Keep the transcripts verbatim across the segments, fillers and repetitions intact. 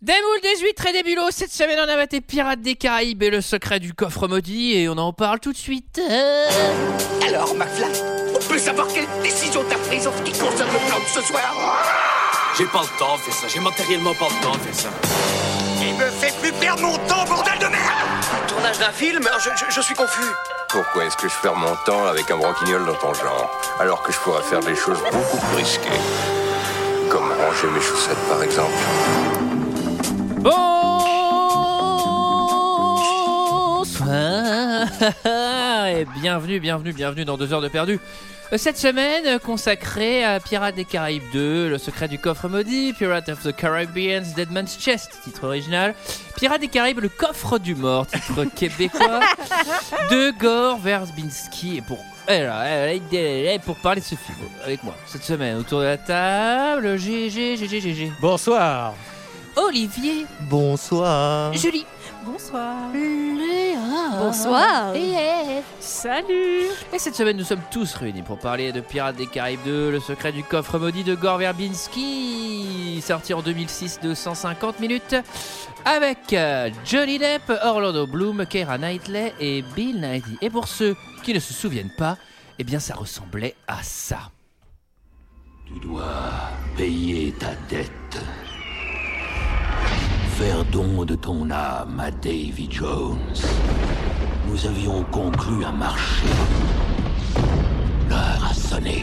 Des moules, des huîtres et des bulots. Cette semaine, on a maté Pirates des Caraïbes et le secret du coffre maudit. Et on en parle tout de suite. Alors, McFly, on peut savoir quelle décision t'as prise en ce qui concerne le plan de ce soir? J'ai pas le temps de faire ça. J'ai matériellement pas le temps de faire ça. Il me fait plus perdre mon temps, bordel de merde! Tournage d'un film? je, je, je suis confus. Pourquoi est-ce que je perds mon temps avec un branquignol dans ton genre, alors que je pourrais faire des choses beaucoup plus risquées? Comme ranger mes chaussettes, par exemple. Bonsoir et bienvenue, bienvenue, bienvenue dans deux heures de perdu. Cette semaine consacrée à Pirates des Caraïbes deux, le secret du coffre maudit, Pirates of the Caribbean, Dead Man's Chest, titre original, Pirates des Caraïbes, le coffre du mort, titre québécois, de Gore Verbinski. Et pour, pour parler de ce film avec moi cette semaine autour de la table, G G, G G, G G. Bonsoir. Olivier. Bonsoir. Julie. Bonsoir. Léa. Bonsoir. Et salut. Et cette semaine, nous sommes tous réunis pour parler de Pirates des Caraïbes deux, le secret du coffre maudit de Gore Verbinski, sorti en deux mille six de cent cinquante minutes, avec Johnny Depp, Orlando Bloom, Keira Knightley et Bill Nighy. Et pour ceux qui ne se souviennent pas, eh bien ça ressemblait à ça. Tu dois payer ta dette. Faire don de ton âme à Davy Jones. Nous avions conclu un marché. L'heure a sonné.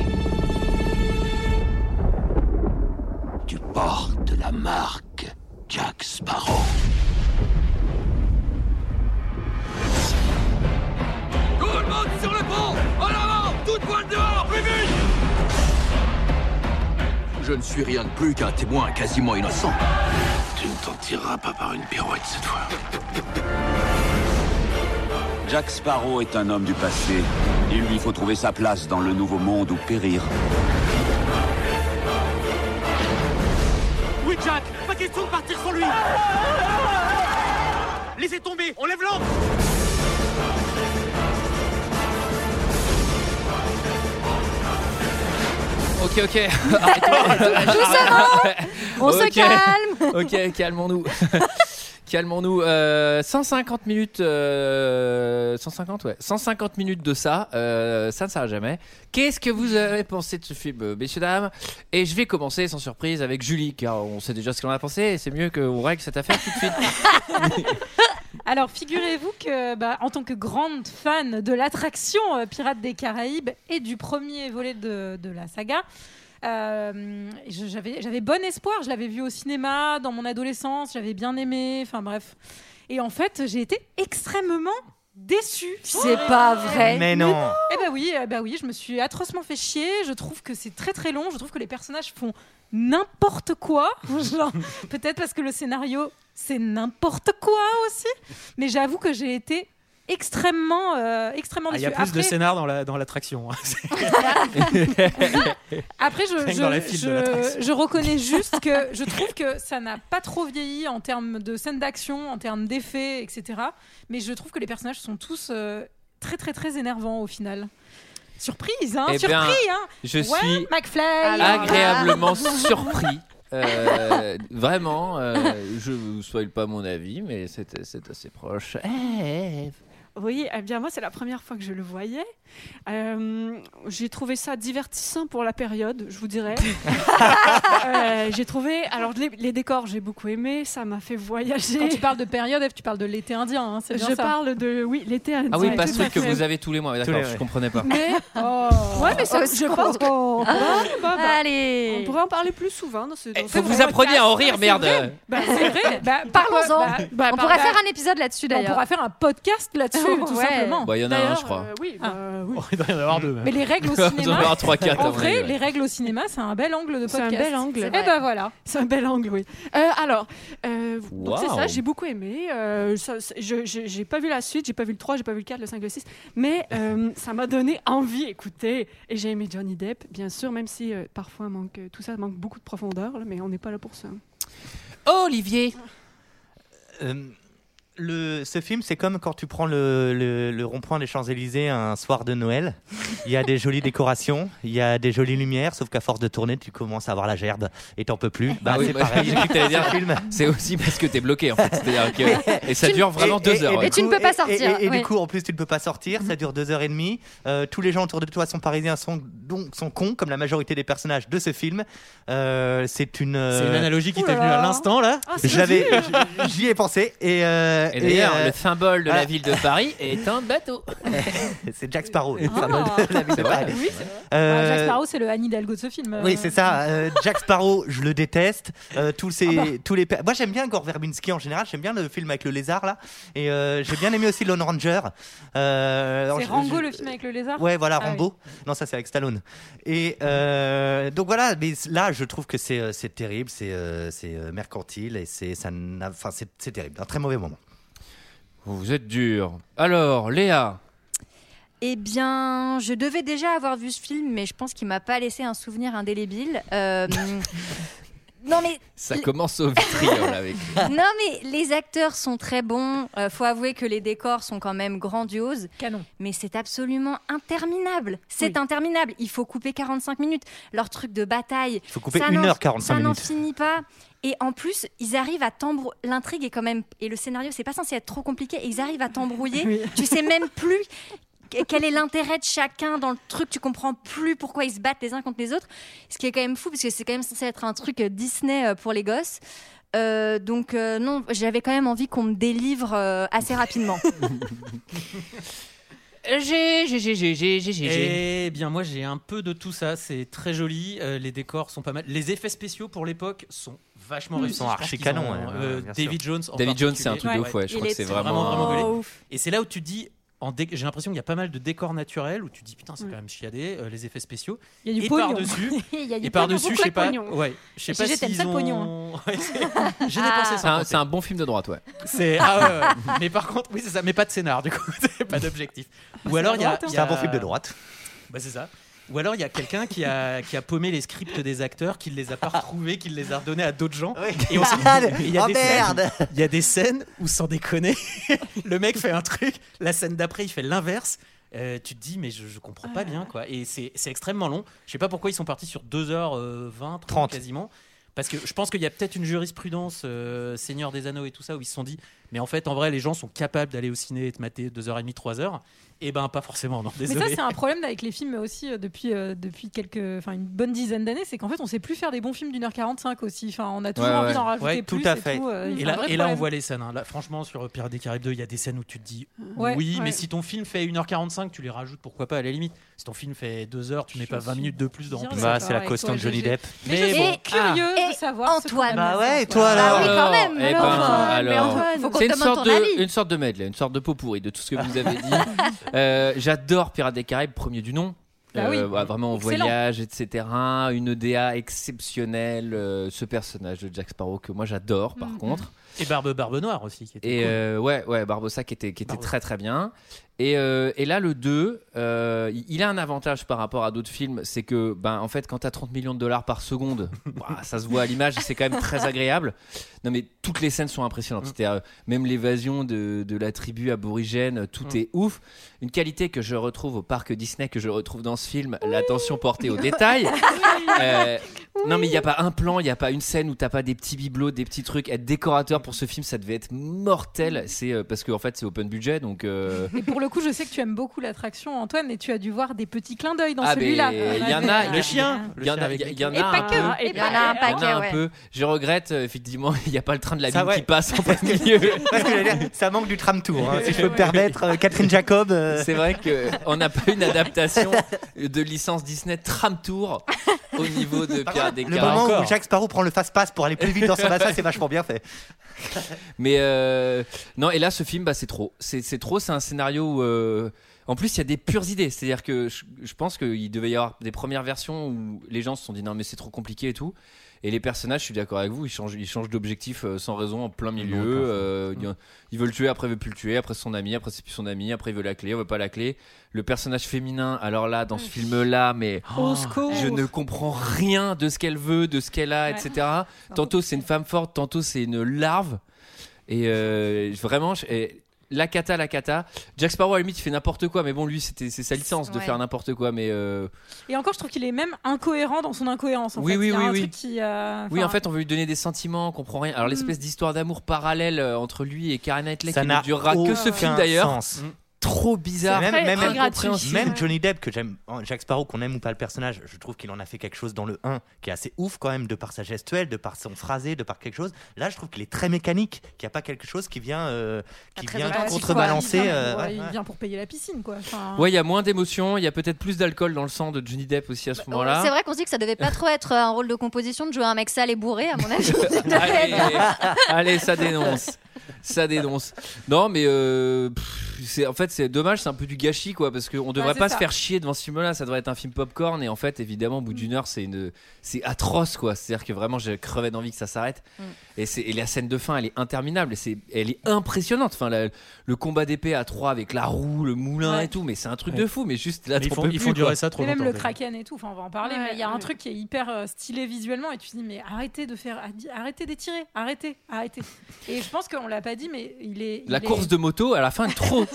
Tu portes la marque Jack Sparrow. Tout le monde sur le pont! En avant! Toute voile dehors! Plus vite! Je ne suis rien de plus qu'un témoin quasiment innocent. Tu ne t'en tireras pas par une pirouette cette fois. Jack Sparrow est un homme du passé. Il lui faut trouver sa place dans le nouveau monde ou périr. Oui, Jack, pas question de partir sans lui. Laissez tomber, on lève l'ancre. Ok, ok. Arrêtons. Doucement. On Ok. se calme. Ok, calmons-nous. Calmons-nous. Euh, cent cinquante minutes. Euh, cent cinquante, ouais. cent cinquante minutes de ça. Euh, ça ne s'arrête jamais. Qu'est-ce que vous avez pensé de ce film, messieurs, dames? Et je vais commencer sans surprise avec Julie, car on sait déjà ce qu'on a pensé. Et c'est mieux qu'on règle cette affaire tout de suite. Alors, figurez-vous que, bah, en tant que grande fan de l'attraction euh, Pirates des Caraïbes et du premier volet de, de la saga, euh, je- j'avais, j'avais bon espoir. Je l'avais vu au cinéma dans mon adolescence, j'avais bien aimé, enfin bref. Et en fait, j'ai été extrêmement déçue. C'est pas vrai. Mais non. Eh ben oui, eh ben oui, je me suis atrocement fait chier. Je trouve que c'est très très long. Je trouve que les personnages font n'importe quoi. Genre, peut-être parce que le scénario c'est n'importe quoi aussi. Mais j'avoue que j'ai été extrêmement, euh, extrêmement Il déçue. y a plus Après, de scénar dans, la, dans l'attraction. hein. après je, Rien que dans les films de je, l'attraction. je, je reconnais juste que je trouve que ça n'a pas trop vieilli en termes de scènes d'action, en termes d'effets, et cetera. Mais je trouve que les personnages sont tous euh, très très très énervants au final. Surprise, hein, Eh surpris, bien, hein. Je Ouais, suis McFly. agréablement surpris. Euh, vraiment, euh, je vous spoil pas mon avis, mais c'est, c'est assez proche. Eh, Oui, eh bien moi c'est la première fois que je le voyais. Euh, j'ai trouvé ça divertissant pour la période, je vous dirais. Euh, j'ai trouvé, alors les, les décors j'ai beaucoup aimé, ça m'a fait voyager. Quand tu parles de période, Eve, tu parles de l'été indien, hein, c'est bien je ça. parle de oui l'été indien. Ah oui, pas tout ce truc à que fait. vous avez tous les mois. D'accord, Tous les- je ouais. comprenais pas. Mais Oh. ouais, mais ça, Au je pense que secours. Ouais, bah, bah, Allez. on pourrait en parler plus souvent dans ce. Dans Eh, ce faut que vous podcast. appreniez à en rire, Ouais, merde. c'est vrai. Bah, c'est vrai. Bah, Parlons-en. Bah, bah, On par- pourrait bah, faire un épisode là-dessus on d'ailleurs. pourra faire un podcast là-dessus, tout Ouais. simplement. Bah, il y en a un, D'ailleurs, je crois. euh, oui, Ah. bah, oui. Oh, il doit y en avoir deux. Mais les règles au Il doit y en cinéma, avoir trois, quatre, à en mon vrai, avis, ouais. les règles au cinéma, c'est un bel angle de C'est podcast. un bel angle. Et ben voilà. C'est un bel angle, oui. Euh, alors, euh, donc c'est Wow. ça, j'ai beaucoup aimé. Euh, ça, c'est- je, je- j'ai pas vu la suite, j'ai pas vu le trois, j'ai pas vu le quatre, le cinq, le six, mais euh, ça m'a donné envie, écoutez. Et j'ai aimé Johnny Depp, bien sûr, même si euh, parfois manque, tout ça manque beaucoup de profondeur, là, mais on n'est pas là pour ça. Olivier. Euh, Le, ce film, c'est comme quand tu prends le, le, le rond-point des Champs-Élysées un soir de Noël. Il y a des jolies décorations, il y a des jolies lumières, sauf qu'à force de tourner, tu commences à avoir la gerbe et t'en peux plus. Bah, Ah oui, c'est bah, pareil. j'ai cru que t'allais dire, c'est aussi parce que t'es bloqué en fait. C'est-à-dire que, et ça dure vraiment Et- deux et- heures. et ouais. du coup- Et, et- et oui. du coup, en plus, tu ne peux pas sortir. Ça dure deux heures et demie. Euh, tous les gens autour de toi sont parisiens, sont donc sont cons, comme la majorité des personnages de ce film. Euh, c'est une. euh, C'est une analogie qui Ouh t'est là venue à là. l'instant là. Ah, J'avais, j'y ai pensé et. euh, Et d'ailleurs, euh, le symbole de la voilà. ville de Paris est un bateau. C'est Jack Sparrow. le Ah. symbole de la ville de C'est vrai. Paris. Oui, c'est vrai. Euh, Ouais, Jack Sparrow, c'est le Anne Hidalgo de ce film. Oui, c'est ça. Euh, Jack Sparrow, je le déteste. Euh, tous ces, Ah bah. tous les. per- Moi, j'aime bien Gore Verbinski en général. J'aime bien le film avec le lézard là. Et euh, j'ai bien aimé aussi Lone Ranger. Euh, alors, C'est je- Rango, je- le film avec le lézard. Ouais, voilà, Ah oui. Rambo. Non, ça c'est avec Stallone. Et euh, donc voilà, mais là, je trouve que c'est euh, c'est terrible, c'est euh, c'est euh, mercantile et c'est ça, n'a- enfin c'est c'est terrible, un très mauvais moment. Vous êtes dur. Alors, Léa. Eh bien, je devais déjà avoir vu ce film, mais je pense qu'il m'a pas laissé un souvenir indélébile. Euh, non mais Ça commence au vitriol avec. non mais les acteurs sont très bons. Euh, faut avouer que les décors sont quand même grandioses. Canon. Mais c'est absolument interminable. C'est Oui. interminable. Il faut couper quarante-cinq minutes. Leur truc de bataille. Il faut couper ça une n'en- heure quarante-cinq Ça n'en minutes. finit pas. Et en plus, ils arrivent à t'embrouiller. L'intrigue est quand même. Et le scénario, c'est pas censé être trop compliqué. Et ils arrivent à t'embrouiller. Oui. Tu sais même plus quel est l'intérêt de chacun dans le truc. Tu comprends plus pourquoi ils se battent les uns contre les autres. Ce qui est quand même fou, parce que c'est quand même censé être un truc euh, Disney euh, pour les gosses. Euh, donc euh, non, j'avais quand même envie qu'on me délivre euh, assez rapidement. J'ai, j'ai, j'ai, j'ai, j'ai, j'ai, j'ai. Eh bien, moi, j'ai un peu de tout ça. C'est très joli. euh, les décors sont pas mal. Les effets spéciaux pour l'époque sont vachement Ils réussis. sont Je pense archi qu'ils canons, ont, ouais, euh, ouais, bien sûr. David Jones. En David Jones, c'est un truc de particulier. ouf, ouais. Je Il crois que est c'est vraiment, vraiment. vraiment gaulé. Oh, ouf. Et c'est là où tu dis, en dé- j'ai l'impression qu'il y a pas mal de décors naturels où tu dis putain, c'est Ouais. quand même chiadé, euh, les effets spéciaux. Il y a du Et pognon. par-dessus, Il y a du et par-dessus, pognon, je sais beaucoup de pas. pognon. Ouais, je sais G pas G, t'aimes s'ils ça, le ont. pognon, Ouais, c'est- J'ai Ah. dépensé C'est ça. un, c'est un bon film de droite, ouais. C'est ah ouais, ouais. Mais par contre, oui, c'est ça. Mais pas de scénar, du coup, c'est pas d'objectif. Ou alors il y a, droite, hein. il y C'est un a- bon film de droite. Bah c'est ça. Ou alors il y a quelqu'un qui a, qui a paumé les scripts des acteurs, qui ne les a pas retrouvés, qui les a redonnés à d'autres gens. Et on se- il y a Oh des merde. scènes- Il y a des scènes où, sans déconner, le mec fait un truc, la scène d'après, il fait l'inverse. Euh, tu te dis, mais je, je comprends pas bien, quoi. Et c'est c'est extrêmement long. Je sais pas pourquoi ils sont partis sur deux heures vingt, trente trente. quasiment. Parce que je pense qu'il y a peut-être une jurisprudence euh, Seigneur des Anneaux et tout ça où ils se sont dit, mais en fait, en vrai, les gens sont capables d'aller au ciné et de mater deux heures trente, trois heures. Et ben, pas forcément, non, Mais désolé. ça, c'est un problème avec les films aussi euh, depuis, euh, depuis quelques, enfin une bonne dizaine d'années, c'est qu'en fait, on sait plus faire des bons films d'une heure quarante-cinq aussi. Enfin, on a toujours Ouais, envie ouais. d'en rajouter Ouais, plus. tout à et fait. tout, euh, Et c'est un là, vrai et là on problème. voit les scènes. hein. Là, franchement, sur Pirates des Caraïbes deux, il y a des scènes où tu te dis Ouais, oui, ouais. mais si ton film fait une heure quarante-cinq, tu les rajoutes, pourquoi pas à la limite. Si ton film fait deux heures, tu mets Je pas vingt suis minutes de plus de bien remplissage. Bah, d'accord c'est la avec caution toi, de Johnny G G. Depp. Mais, Mais je bon. suis curieuse Ah. de savoir. ce Antoine. qu'on Bah aime. ouais, et toi, Ah alors oui, quand même. eh ben, alors, euh, mais alors, Antoine, faut qu'on c'est une te demande sorte, ton avis. de, une sorte de medley, une sorte de pot pourri de tout ce que vous avez dit. Euh, j'adore Pirates des Caraïbes, premier du nom. Bah oui. Euh, ouais, vraiment en Excellent. voyage, et cetera. Une O D A exceptionnelle. euh, ce personnage de Jack Sparrow que moi j'adore, par Mhm. contre. Et Barbe, Barbe Noire aussi. Qui était Et cool. euh, ouais, ouais, Barbossa qui était, qui était Barbossa. très très bien. Et, euh, et là, le deux, euh, il a un avantage par rapport à d'autres films, c'est que, ben, en fait, quand tu as trente millions de dollars par seconde, bah, ça se voit à l'image, c'est quand même très agréable. Non, mais toutes les scènes sont impressionnantes. C'est-à-dire, euh, même l'évasion de, de la tribu aborigène, tout Mm. est ouf. Une qualité que je retrouve au parc Disney, que je retrouve dans ce film, l'attention portée aux détails. Euh, Non, mais il n'y a pas un plan, il n'y a pas une scène où t'as pas des petits bibelots, des petits trucs. Être décorateur pour ce film, ça devait être mortel. C'est euh, parce qu'en fait, c'est open budget, donc. euh, Et pour le coup, je sais que tu aimes beaucoup l'attraction, Antoine, et tu as dû voir des petits clins d'œil dans Ah, celui-là. mais il y en a. Le chien. Il y en a, il y, il y en a Et pas un que. peu. Et Il y en a un pas que. Il y en a paquet, un ouais. peu. Je regrette, euh, effectivement, il n'y a pas le train de la Ça, ville ouais. qui passe en plein milieu. Parce que j'allais dire, ça manque du tram tour, hein, si je peux me permettre. euh, Catherine Jacob. euh, C'est vrai qu'on n'a pas une adaptation de licence Disney Tram Tour au niveau de Pirates des Le Caraïbes. moment où Jack Sparrow prend le fast-pass pour aller plus vite dans son assaut, c'est vachement bien fait. Mais euh, non, et là, ce film, bah, c'est trop. C'est, c'est trop, c'est un scénario où. euh, en plus, il y a des pures idées. C'est-à-dire que je, je pense qu'il devait y avoir des premières versions où les gens se sont dit non, mais c'est trop compliqué et tout. Et les personnages, je suis d'accord avec vous, ils changent, ils changent d'objectif euh, sans raison en plein milieu. Euh, il, il veut le tuer, après il veut plus le tuer, après c'est son ami, après c'est plus son ami, après il veut la clé, on veut pas la clé. Le personnage féminin, alors là, dans ce film-là, mais Au secours. je ne comprends rien de ce qu'elle veut, de ce qu'elle a, Ouais. et cetera. Tantôt c'est une femme forte, tantôt c'est une larve. Et euh, vraiment, je, et, la cata, la cata. Jack Sparrow, à la limite, il fait n'importe quoi, mais bon, lui, c'était, c'est sa licence de Ouais. faire n'importe quoi. Mais euh... Et encore, je trouve qu'il est même incohérent dans son incohérence. En Oui, fait. oui, Il y a oui, un oui. truc qui, euh, oui, enfin, en fait, on veut lui donner des sentiments, on comprend rien. Alors, l'espèce d'histoire d'amour parallèle euh, entre lui et Keira Knightley, Ça qui n'a ne durera que ce aucun film d'ailleurs. sens. Trop bizarre, même, même, même, incompréhensible. même Johnny Depp, que j'aime, Jack Sparrow, qu'on aime ou pas le personnage, je trouve qu'il en a fait quelque chose dans le un qui est assez ouf quand même, de par sa gestuelle, de par son phrasé, de par quelque chose. Là, je trouve qu'il est très mécanique, qu'il n'y a pas quelque chose qui vient, euh, qui très vient authentique, contrebalancer. quoi. Il vient, euh, ouais, ouais, il ouais. vient pour payer la piscine, quoi. Enfin, Ouais, il y a moins d'émotions, il y a peut-être plus d'alcool dans le sang de Johnny Depp aussi à ce moment-là. C'est vrai qu'on se dit que ça devait pas trop être un rôle de composition de jouer un mec sale et bourré, à mon avis. allez, allez, ça dénonce. Ça dénonce. Non, mais euh, pff, c'est, en fait, c'est dommage, c'est un peu du gâchis, quoi, parce qu'on devrait c'est pas ça. se faire chier devant ce film-là. Ça devrait être un film popcorn, et en fait, évidemment, au bout d'une heure, c'est une, c'est atroce, quoi. C'est-à-dire que vraiment, j'ai crevé d'envie que ça s'arrête. Mm. Et, c'est, et la scène de fin, elle est interminable, et c'est, elle est impressionnante. Enfin, la- le combat d'épée à trois avec la roue, le moulin Ouais. et tout, mais c'est un truc Ouais. de fou. Mais juste là, Mais ils t'en font- peux ils plus, font durer quoi. ça trop Et même longtemps. le Kraken et tout, enfin on va en parler, Ouais, mais il y a un ouais. truc qui est hyper euh, stylé visuellement et tu te dis mais arrêtez de faire, arrêtez d'étirer, arrêtez, arrêtez. Et je pense qu'on l'a pas dit, mais il est. La il est- course de moto, à la fin, trop.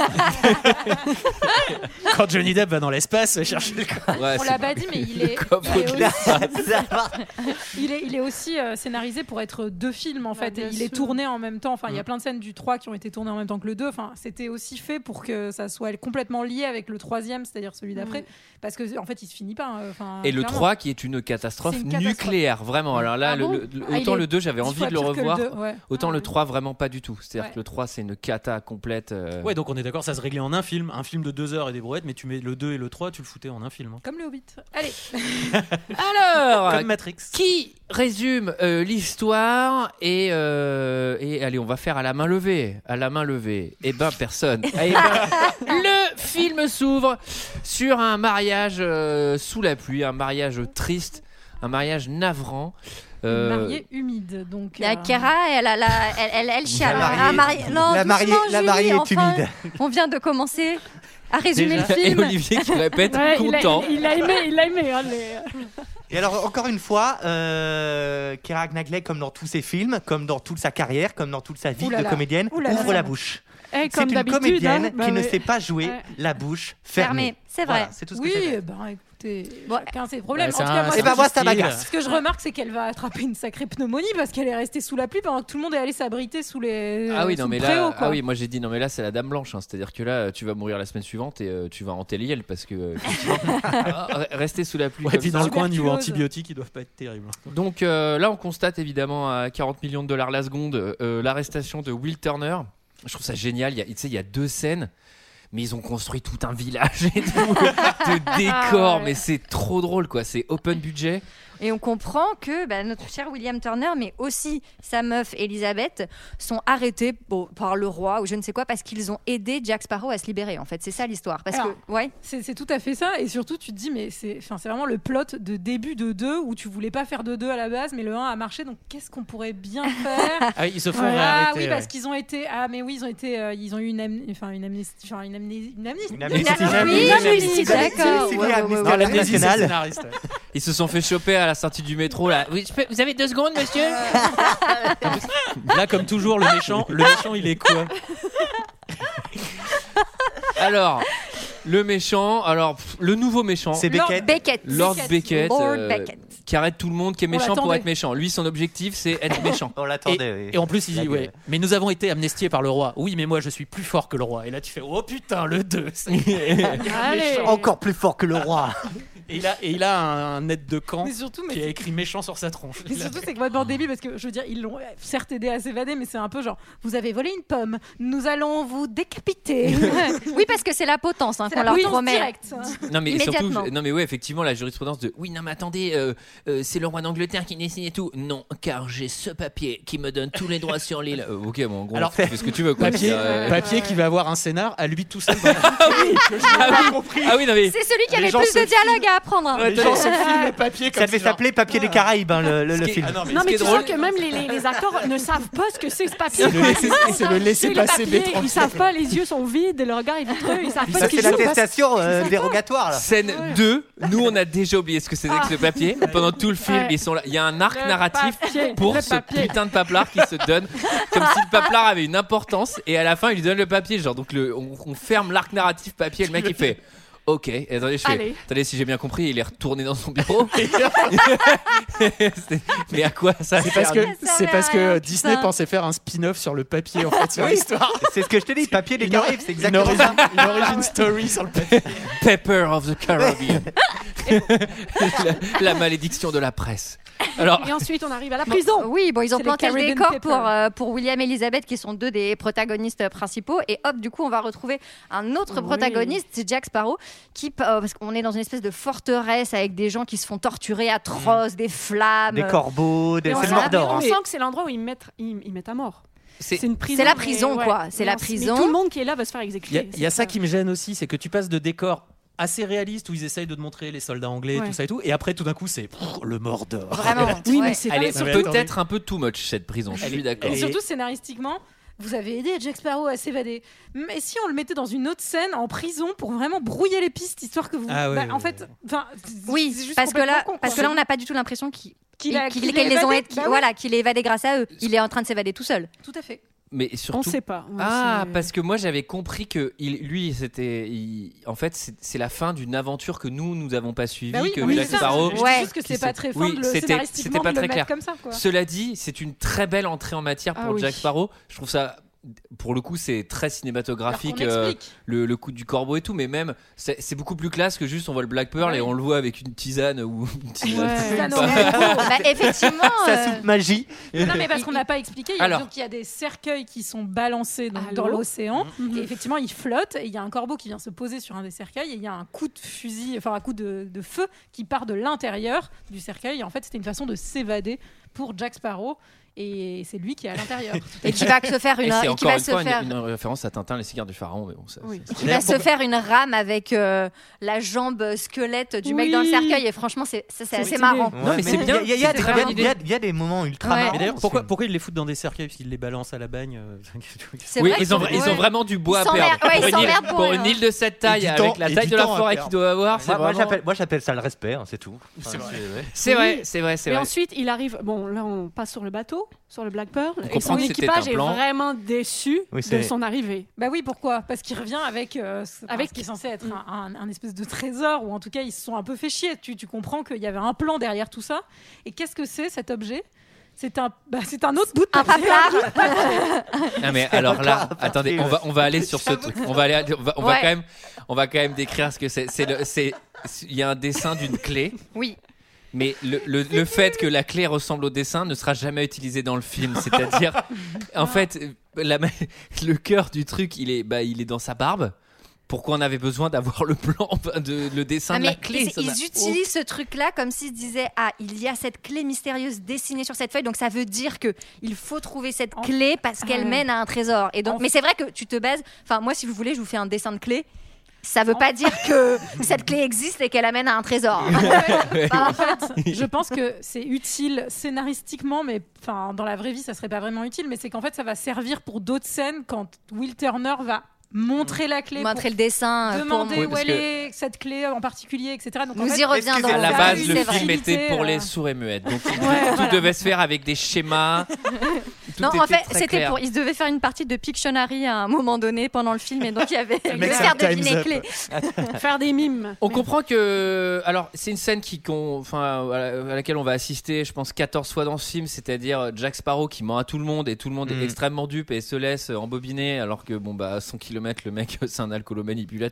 Quand Johnny Depp va dans l'espace chercher le Ouais, On c'est- l'a pas dit, mais il est. coffre il est de aussi- glace. il est, il est aussi euh, scénarisé pour être deux films en Bah, fait. bien Et il est sûr. tourné en même temps. Enfin, il y a Mm. plein de scènes du trois qui ont été tournées en même temps que le deux. Enfin, c'était aussi fait pour que ça soit complètement lié avec le troisième, c'est-à-dire celui d'après. Parce que en fait, il se finit pas. hein, Enfin, Et le clairement. trois qui est une catastrophe, C'est une catastrophe. nucléaire, vraiment. Alors là, Ah le- bon le- le- Ah, il autant est le deux, j'avais dix envie fois de le pire que le revoir. deux, ouais. Autant Ah, le oui. trois, vraiment pas du tout. C'est-à-dire Ouais. que le trois, c'est une cata complète. euh. Ouais, donc on est d'accord, ça se réglait en un film, un film de deux heures et des brouettes, mais tu mets le deux et le trois, tu le foutais en un film. hein. Comme le Hobbit. Allez. Alors, Comme Matrix. qui résume euh, l'histoire et, euh, et allez, on va faire à la main levée. À la main levée. Eh ben, personne. Eh ben, le film s'ouvre sur un mariage euh, sous la pluie, un mariage triste, un mariage navrant. Euh, Mariée humide, donc. Il y a euh, Keira, elle, a la, elle, elle, elle chiale. La mariée- Ah, mariée- non, la mariée- doucement, la Julie, mariée est enfin, humide. On vient de commencer à résumer Déjà. le et film. Olivier qui répète Ouais, il, a, content. il a aimé, il a aimé. hein, les- Et alors, encore une fois, euh, Keira Knightley, comme dans tous ses films, comme dans toute sa carrière, comme dans toute sa vie Ouh là de là. comédienne, Ouh là là. ouvre la bouche. Eh, C'est comme une d'habitude. comédienne hein, bah qui ne ouais. sait pas jouer Ouais. la bouche fermée. Fermée, c'est Voilà, vrai. c'est tout ce que Oui, j'ai. eh ben écoutez, Bon. chacun ses problèmes. Ouais, en c'est tout un- cas, moi, c'est Et ce bah que moi, je- ça style. m'agace. ce que je remarque, c'est qu'elle va attraper une sacrée pneumonie parce qu'elle est restée sous la pluie pendant que tout le monde est allé s'abriter sous les. Ah oui, sous non, le mais préau, là, quoi. ah oui, moi j'ai dit, non, mais là, c'est la dame blanche. hein. C'est-à-dire que là, tu vas mourir la semaine suivante et euh, tu vas en téléiel parce que, euh, effectivement, ah, rester sous la pluie. Ouais, et comme puis ça. dans le coin, niveau Tuberculose. antibiotiques, ils doivent pas être terribles. Donc euh, là, on constate évidemment à quarante millions de dollars la seconde euh, l'arrestation de Will Turner. Je trouve ça génial. Il y a, tu sais, il y a deux scènes, mais ils ont construit tout un village et tout, de décors. Ah ouais. Mais c'est trop drôle, quoi. C'est open budget. Et on comprend que bah, notre cher William Turner, mais aussi sa meuf Elisabeth, sont arrêtés bon, par le roi ou je ne sais quoi parce qu'ils ont aidé Jack Sparrow à se libérer. En fait, c'est ça l'histoire. Parce Alors, que, ouais. C'est c'est tout à fait ça, et surtout tu te dis, mais c'est enfin, c'est vraiment le plot de début de deux où tu voulais pas faire de deux à la base, mais le un a marché, donc qu'est-ce qu'on pourrait bien faire? Ah oui, ils se font Ah réarrêter. oui, ouais. parce qu'ils ont été. Ah, mais oui, ils ont été. euh, ils ont eu une, am- enfin, une amnistie. Enfin, une amnistie. Une amnistie. Une amnistie. Oui, Une oui, amnistie. d'accord. C'est Ouais, vrai, ouais, amnistie ouais, Non, ouais. l'amnésie, c'est le internationale. scénariste. ouais. Ils se sont fait choper à la sortie du métro là. Oui, je peux- vous avez deux secondes, monsieur? Là, comme toujours, le méchant, le méchant, il est quoi? Alors, le méchant. Alors, pff, le nouveau méchant. C'est Lord Beckett. Beckett. Lord Beckett, Lord euh, Beckett. qui arrête tout le monde, qui est On méchant pour l'attendait. être méchant. Lui, son objectif, c'est être méchant. On l'attendait. oui. Et en plus, il La dit, gueule. ouais, mais nous avons été amnestiés par le roi. Oui, mais moi, je suis plus fort que le roi. Et là, tu fais, oh putain, le deux. Allez. Encore plus fort que le roi. Et il a, et il a un, un aide de camp Mais surtout, mais qui a écrit méchant sur sa tronche. Mais surtout, c'est complètement débile parce que je veux dire, ils l'ont euh, certes aidé à s'évader, mais c'est un peu genre, vous avez volé une pomme, nous allons vous décapiter. Oui, parce que c'est la potence hein, C'est qu'on la leur potence promet. directe. Non mais Immédiatement. surtout, non mais ouais, effectivement, la jurisprudence de oui, non mais attendez, euh, euh, c'est le roi d'Angleterre qui décide et tout. Non, car j'ai ce papier qui me donne tous les droits sur l'île. Euh, ok, bon, en gros, Alors, tu fais ce que tu veux, quoi. Papier, Euh, papier qui va avoir un scénar à lui tout seul. Dans ah, oui, ah oui, non mais C'est celui qui Les avait gens plus se de dialogue à l'apprendre. Hein. Les gens se filment les papiers comme Ça devait genre- s'appeler Papier des Caraïbes, hein, le, le, le qui est- film. Ah non, mais Non, Ce mais qui tu est drôle- sais que même les, les, les acteurs ne savent pas ce que c'est ce papier. c'est le laisser- c'est le laisser C'est passer papier, béton. Ils savent pas, les yeux sont vides et le regard est vitreux. Ils savent pas Ça ce qu'ils c'est se passe. l'attestation euh, dérogatoire là. Scène deux, nous on a déjà oublié ce que c'était que ce papier. Pendant tout le film, Ouais. ils sont là. Il y a un arc Le narratif papier, pour le ce papier. putain de paplard qui se donne comme si le paplard avait une importance. Et à la fin, il lui donne le papier. Genre, donc le, on, on ferme l'arc narratif papier. Le mec il fait. Ok, et attendez, je fais. Allez. Attendez, si j'ai bien compris, il est retourné dans son bureau. C'est- Mais à quoi ça C'est sert parce que, servait c'est à parce que rien, Disney putain. pensait faire un spin-off sur le papier en fait sur l'histoire. C'est ce que je te dis, Papier des Une Caraïbes, c'est Une exactement origin, ça. une origin story sur le papier. Pepper of the Caribbean. la, la malédiction de la presse. Alors, Et ensuite, on arrive à la prison. Oui, bon, ils ont C'est les planté le Caribbean décor Pepper. pour, euh, pour William et Elizabeth, qui sont deux des protagonistes principaux. Et hop, du coup, on va retrouver un autre Oui. protagoniste, c'est Jack Sparrow, qui, euh, parce qu'on est dans une espèce de forteresse avec des gens qui se font torturer atroces, des flammes. Des corbeaux, des... Et on c'est le sent- Mordor. On hein. sent que c'est l'endroit où ils mettent, ils, ils mettent à mort. c'est C'est une prison. C'est la mais prison, ouais. quoi. C'est Mais la on- prison. Mais tout le monde qui est là va se faire Il y a, exécuter. il y a ça qui me gêne aussi, c'est que tu passes de décors assez réalistes où ils essayent de te montrer les soldats anglais, Ouais. tout ça et tout, et après tout d'un coup c'est pff, le Mordor. Vraiment. Oui, ouais. mais c'est elle pas est Non, mais peut-être un peu too much cette prison. Je Elle suis est- d'accord. Et elle est- surtout scénaristiquement, vous avez aidé Jack Sparrow à s'évader. Mais si on le mettait dans une autre scène en prison pour vraiment brouiller les pistes, histoire que vous. Ah ouais, Bah, ouais, en fait, ouais. enfin, Oui, c'est juste parce que là, complètement con, parce quoi. que là, on n'a pas du tout l'impression qu'il Qu'il a- qu'il- qu'il qu'ils est les ont évadé. aidés- Bah oui. voilà, qu'il est évadé grâce à eux. Il est en train de s'évader tout seul. Tout à fait. Mais On surtout. sait pas. Ouais, Ah, c'est- parce que moi j'avais compris que il, lui, c'était. il- En fait, c'est c'est la fin d'une aventure que nous, nous avons pas suivie, Bah oui, que oui, Jack c'est ça. Sparrow. Je dis Ouais. juste que qui c'est pas s'est- très fin oui, de le c'était- scénaristiquement c'était pas de très le mettre clair. comme ça, quoi. Cela dit, c'est une très belle entrée en matière Ah pour oui. Jack Sparrow. Je trouve ça. Pour le coup, c'est très cinématographique, Alors qu'on euh, explique. le, le coup du corbeau et tout, mais même c'est c'est beaucoup plus classe que juste on voit le Black Pearl Ouais. et on le voit avec une tisane ou une tisane. Ouais. Tisane au Bah, repos. Bah, effectivement. Sa euh, soupe magie. Non, mais parce qu'on n'a pas expliqué, il y a, Alors. donc, il y a des cercueils qui sont balancés donc, À dans l'eau. l'océan. Mhm. Et effectivement, ils flottent. Et il y a un corbeau qui vient se poser sur un des cercueils. Et il y a un coup de fusil, enfin un coup de, de feu qui part de l'intérieur du cercueil. Et en fait, c'était une façon de s'évader pour Jack Sparrow. Et c'est lui qui est à l'intérieur. Et qui va se faire Et une, c'est et qui encore va une se fois une- faire. une, référence à Tintin, les cigares du pharaon, mais bon, ça. Oui. c'est- Qui va se faire une rame avec euh, la jambe squelette du mec Oui. dans le cercueil. Et franchement, c'est c'est- c'est assez stylé. marrant. Non, mais c'est bien, Il y a- il y a c'est des- très il y a- bonne il y a- idée. il y a des moments ultra Ouais. marrants. Et d'ailleurs, parce pourquoi, que- pourquoi ils les foutent dans des cercueils parce qu'ils les balancent à la bagne euh, C'est Oui, vrai ils ont, que- ils ouais. ont vraiment du bois Ils à perdre. s'emmerdent- ouais, ils pour une, île, s'emmerdent pour pour rien. une île de cette taille, du avec temps- la et taille du de la temps à forêt perdre. qu'il doit avoir, c'est Moi, moi, vraiment- j'appelle, moi, j'appelle ça le respect, hein, c'est tout. C'est vrai. C'est vrai, c'est vrai, c'est Et vrai. ensuite, il arrive. Bon, là, on passe sur le bateau, sur le Black Pearl. On Et comprend son que c'était équipage un est plan. vraiment déçu Oui, de c'est- son arrivée. Bah oui, pourquoi? Parce qu'il revient avec, euh, ce- enfin, Avec- ce qui est censé être un, un- un espèce de trésor, ou en tout cas, ils se sont un peu fait chier. Tu, tu comprends qu'il y avait un plan derrière tout ça. Et qu'est-ce que c'est cet objet? C'est un, bah, c'est un autre bout de Un papier. paplard. Non mais alors là, encore attendez, parti, on va on va aller sur ce truc. On va aller, on va, on va Ouais. quand même, on va quand même décrire ce que c'est. C'est le, c'est, il y a un dessin d'une clé. Oui. Mais le, le, le fait que la clé ressemble au dessin ne sera jamais utilisé dans le film. C'est-à-dire, en fait, la, le cœur du truc, il est, bah, il est dans sa barbe. Pourquoi on avait besoin d'avoir le plan, enfin, de, le dessin Ah, de la mais clé c'est- ça n'a ils utilisent ce truc-là comme s'ils se disaient ah il y a cette clé mystérieuse dessinée sur cette feuille donc ça veut dire que il faut trouver cette En- clé parce qu'elle Ah ouais. mène à un trésor et donc En- mais c'est vrai que tu te bases enfin moi si vous voulez je vous fais un dessin de clé ça veut pas dire que cette clé existe et qu'elle amène à un trésor. Bah, en fait, je pense que c'est utile scénaristiquement, mais enfin, dans la vraie vie, ça serait pas vraiment utile. Mais c'est qu'en fait, ça va servir pour d'autres scènes quand Will Turner va montrer la clé, Montrer pour le dessin. euh, pour- demander Oui, où parce elle que- est, cette clé en particulier, et cetera. Donc, en Nous fait, y reviendrons. À la Ça a base, eu le des film facilités, était pour euh, les sourds et muettes. Donc tout, Ouais, tout voilà. devait se faire avec des schémas. Tout Non, en était fait, très c'était clair. pour. Ils devaient faire une partie de Pictionary à un moment donné pendant le film, et donc il y avait. Ils mec, devaient c'est faire un Time's deviner Up. clé. Faire des mimes. On Mais- comprend que, alors c'est une scène qui, qu'on- enfin, à la- à laquelle on va assister, je pense quatorze fois dans ce film, c'est-à-dire Jack Sparrow qui ment à tout le monde et tout le monde Mm. est extrêmement dupe et se laisse embobiner, alors que bon bah à cent kilomètres le mec c'est un alcoolo manipulateur.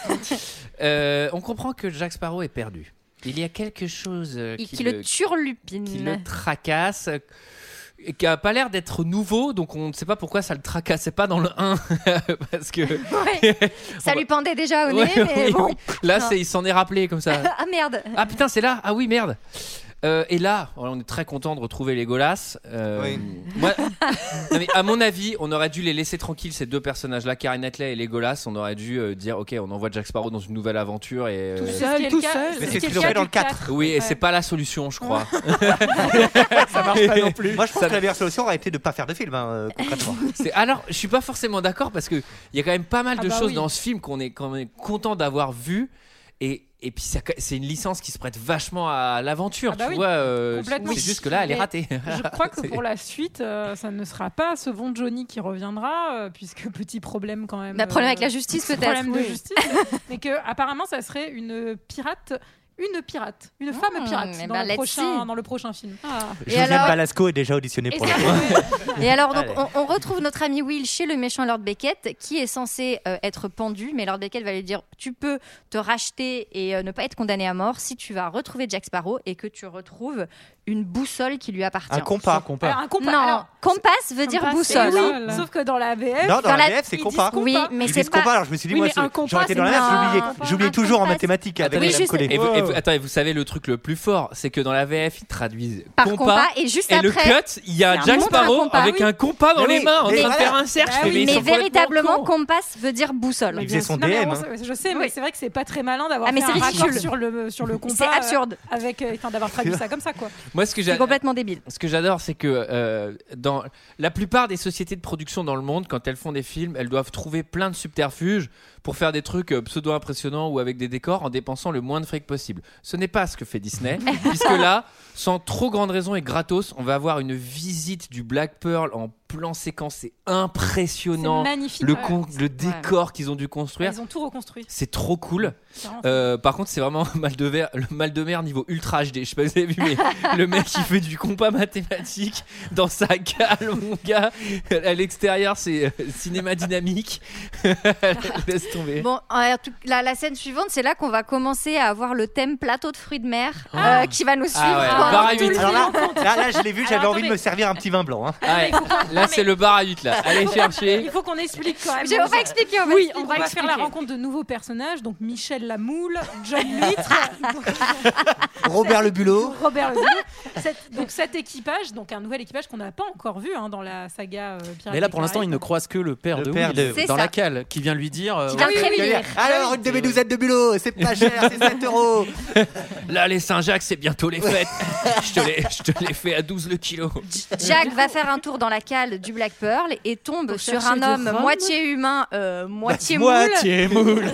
Euh, on comprend que Jack Sparrow est perdu. Il y a quelque chose euh, Et qui, qui le, le turlupine. qui le tracasse. euh, et qui a pas l'air d'être nouveau, donc on ne sait pas pourquoi ça le tracassait pas dans le un parce que Ouais. Ça On va- lui pendait déjà au nez, Ouais, mais oui, bon. oui. Là Non. c'est il s'en est rappelé comme ça. Ah merde. Ah putain c'est là, ah oui merde. Euh, et là, on est très content de retrouver Legolas. Euh, Oui. moi, non, mais à mon avis, on aurait dû les laisser tranquilles, ces deux personnages-là, Keira Knightley et Legolas. On aurait dû euh, dire, ok, on envoie Jack Sparrow dans une nouvelle aventure et. Tout euh, seul, tout seul. Mais c'est ce qu'ils ont fait dans le quatre. Oui, et c'est pas la solution, je crois. Ça marche pas non plus. Moi, je pense Ça... que la meilleure solution aurait été de pas faire de film, hein, euh, concrètement. C'est... Alors, je suis pas forcément d'accord parce que il y a quand même pas mal de Ah bah choses oui. dans ce film qu'on est quand même content d'avoir vu. Et, et puis ça, c'est une licence qui se prête vachement à l'aventure, Ah bah tu oui, vois. Euh, complètement. c'est juste que là, elle est Mais ratée. Je crois que C'est- pour la suite, euh, ça ne sera pas ce bon Johnny qui reviendra, euh, puisque petit problème quand même. Bah, problème euh, avec la justice, petit peut-être. Problème de Oui. justice, mais que apparemment, ça serait une pirate. Une pirate, une femme Mmh, pirate eh dans, ben, le let's prochain, see. dans le prochain film. Et Josiane alors- Balasco est déjà auditionné Et pour ça, le coup. Et alors, donc, Allez. on, on retrouve notre ami Will chez le méchant Lord Beckett, qui est censé euh, être pendu, mais Lord Beckett va lui dire tu peux te racheter et euh, ne pas être condamné à mort si tu vas retrouver Jack Sparrow et que tu retrouves une boussole qui lui appartient. Un compas. Alors, un compas. Non, alors, compass veut dire Compass, boussole. c'est hein. oui. sauf que dans la V F, Non, dans, Dans la la- V F, c'est ils compas. disent Oui, compas. mais Ils c'est disent pas. compas, alors je me suis dit, Oui, moi, mais c'est- un compas, j'aurais été dans la c'est merde, pas- j'oubliais, un j'oubliais compas. toujours en Un compass. mathématiques avec Oui, Madame juste- Collet. Et vous, et vous- Wow. attends, et vous savez le truc le plus fort, c'est que dans la V F, ils traduisent Par compas, compas, et juste et le après. cut, il y a c'est un Jack montre à Sparrow compas, avec oui. un compas dans Mais les oui, mains en mais train de voilà. faire un cercle. Ah Je fais, oui, mais ils Mais sont complètement véritablement, cons. compass veut dire boussole. Il faisait son Non, mais D M. on hein. sait- je sais, mais c'est vrai que c'est pas très malin d'avoir Ah, mais fait c'est un ridicule. raccord sur le sur le compas. C'est absurde. euh, avec, euh, enfin, d'avoir traduit ça comme ça, quoi. Moi, ce que j'ai C'est complètement débile. Ce que j'adore, c'est que euh, dans la plupart des sociétés de production dans le monde, quand elles font des films, elles doivent trouver plein de subterfuges pour faire des trucs euh, pseudo-impressionnants ou avec des décors en dépensant le moins de fric possible. Ce n'est pas ce que fait Disney, puisque là, sans trop grande raison et gratos, on va avoir une visite du Black Pearl en plan séquence. C'est impressionnant. C'est magnifique. Le, Ouais. con- le décor qu'ils ont dû construire. Ils ont tout reconstruit. C'est trop cool. C'est vraiment Euh, par contre, c'est vraiment mal de mer, le mal de mer niveau ultra H D. Je sais pas si vous avez vu, mais le mec il fait du compas mathématique dans sa cale, mon gars. À l'extérieur, c'est euh, cinéma dynamique. Laisse tomber. Bon, euh, tout- la, la scène suivante, c'est là qu'on va commencer à avoir le thème plateau de fruits de mer Ah. euh, qui va nous suivre. Ah ouais, pendant bar à tout huit. le Alors là, film. là, là, je l'ai vu, j'avais Alors, envie de me servir un petit vin blanc. hein. Ah ouais. Là, c'est le bar à huit là. Allez chercher. Il faut qu'on explique quand même. Je vais pas expliquer, on va Oui, expliquer. on va, faire expliquer. la rencontre de nouveaux personnages, donc Michel Lamoule, John Litre, Robert Le Bulot. Robert Le Boulot. Cette- donc cet équipage, donc un nouvel équipage qu'on n'a pas encore vu hein, dans la saga euh, Pirates Mais là, des pour l'instant, il Caraïbes. ne croise que le père Le de père Will de- C'est dans ça. la cale qui vient lui dire euh, Qui vient ouais, le prévenir. Alors, une demi-douzaine de Bulot, c'est pas cher, c'est sept euros. Là, les Saint-Jacques, c'est bientôt les fêtes. je, te les, je te les fais à douze le kilo. Jack va faire un tour dans la cale du Black Pearl et tombe Pour sur chercher un du homme rhum. moitié humain, euh, moitié moule. moitié moule.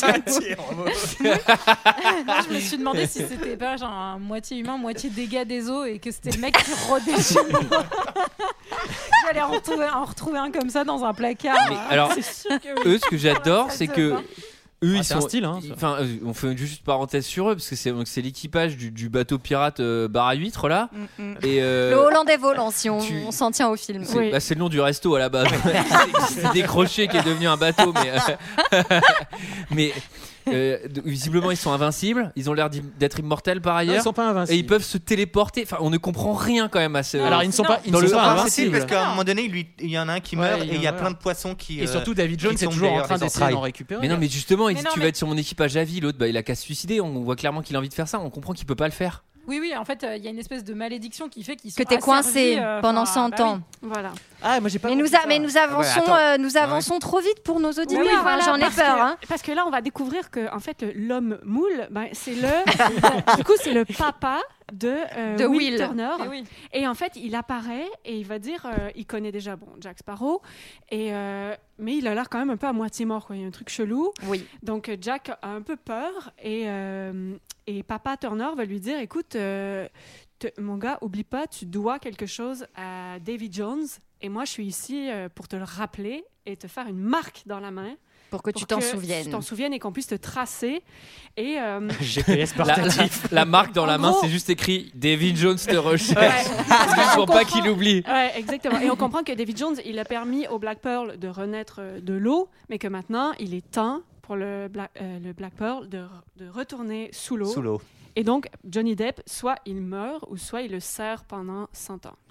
Moi, je me suis demandé si c'était pas genre un moitié humain, moitié dégâts des eaux et que c'était le mec qui rôdait chez nous. J'allais en retrouver, en retrouver un comme ça dans un placard. Mais alors, C'est sûr que oui. eux, ce que j'adore, c'est que eux, Ah, ils c'est sont. un style, hein, ça. Enfin, euh, on fait juste une parenthèse sur eux parce que c'est donc c'est l'équipage du, du bateau pirate euh, bar à huîtres là. Mm, mm. Et euh, Le Hollandais volant, si on, tu- on s'en tient au film. C'est Oui. bah, c'est le nom du resto à la base. qui s'est décroché, qui est devenu un bateau, mais euh, mais euh, d- visiblement ils sont invincibles. Ils ont l'air d'im- d'être immortels par Non, ailleurs. ils sont pas Et invincibles. ils peuvent se téléporter. Enfin, on ne comprend rien quand même à ce. Alors ils ne sont Non. pas, ils Dans ne le sont pas un, C'est invincibles. parce qu'à un moment donné, il lui- il y en a un qui Ouais, meurt il et il y a meurt. plein de poissons qui. Et euh, surtout David Jones qui est sont toujours en d'ailleurs train des d'essayer d'en entrailles. récupérer. Mais non, mais justement, il Mais dit non, tu mais- vas être sur mon équipage à vie. L'autre, bah, il a qu'à se suicider. On voit clairement qu'il a envie de faire ça. On comprend qu'il peut pas le faire. Oui, oui, en fait, euh, il y a une espèce de malédiction qui fait qu'ils sont Que t'es asservis, coincé euh, pendant enfin, cent bah ans. Voilà. Ah, moi j'ai pas. Mais nous, compris a- ça. mais nous avançons, attends. euh, nous avançons trop vite pour nos auditeurs. Oui, hein, voilà, J'en ai parce peur. que- hein. Parce que là, on va découvrir que en fait, l'homme moule, ben, c'est le, du coup, c'est le papa de, euh, De Will, Will. Turner. Eh oui. Et en fait, il apparaît et il va dire, euh, il connaît déjà bon Jack Sparrow, et euh, mais il a l'air quand même un peu à moitié mort, quoi. Il y a un truc chelou. Oui. Donc euh, Jack a un peu peur et euh, et papa Turner va lui dire, écoute, euh, te- mon gars, oublie pas, tu dois quelque chose à Davy Jones, et moi je suis ici euh, pour te le rappeler et te faire une marque dans la main. Pour que tu t'en souviennes. Tu t'en souviennes et qu'on puisse te tracer. Et euh, G P S La, la- portatif. la marque dans En la main, gros- c'est juste écrit David Jones te recherche. Ouais. Parce qu'il faut On pas comprend- qu'il oublie. Ouais, exactement. Et on comprend que Davy Jones, il a permis au Black Pearl de renaître euh, de l'eau, mais que maintenant, il est temps pour le Black, euh, le Black Pearl de, de retourner sous l'eau. Sous l'eau. Et donc, Johnny Depp, soit il meurt, ou soit il le serre pendant cent ans.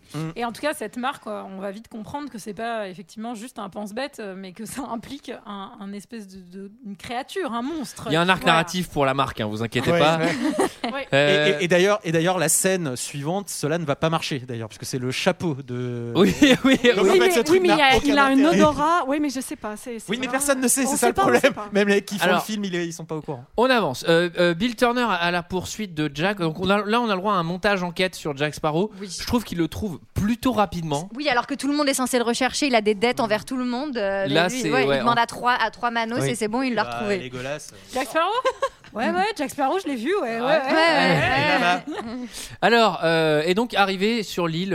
Mm. Et en tout cas, cette marque, quoi, on va vite comprendre que c'est pas effectivement juste un pense-bête, mais que ça implique un, un espèce de, de une créature, un monstre. Il y a un arc Voilà. narratif pour la marque, hein, vous inquiétez Ouais, pas. ouais. Ouais. Euh, Et, et- et d'ailleurs, et d'ailleurs, la scène suivante, cela ne va pas marcher d'ailleurs, puisque c'est le chapeau de. Oui, oui, Donc, oui. en Oui, fait, mais, ce oui, truc mais il n'a y a, aucun il a un intérêt. odorat. Oui, mais je sais pas. C'est, c'est Oui, mais vraiment- personne ne sait, on c'est sait ça le pas, on problème. sait pas. Même les qui font Alors- le film, ils, ils sont pas au courant. On avance. Euh, euh, Bill Turner à- à la poursuite de Jack. Donc on a- là, on a le droit à un montage enquête sur Jack Sparrow. Oui. Je trouve qu'il le trouve plutôt rapidement. Oui, alors que tout le monde est censé le rechercher, il a des dettes envers tout le monde. euh, Là, mais lui, c'est- ouais, ouais, il demande en- à trois, à trois manos Oui. et c'est bon, il l'a Bah, retrouvé. Legolas. Jack Sparrow. Ouais, ouais, Jack Sparrow, je l'ai vu, ouais, ouais, ouais. Ouais, ouais, ouais. Là-bas. Alors, euh, et donc arrivé sur l'île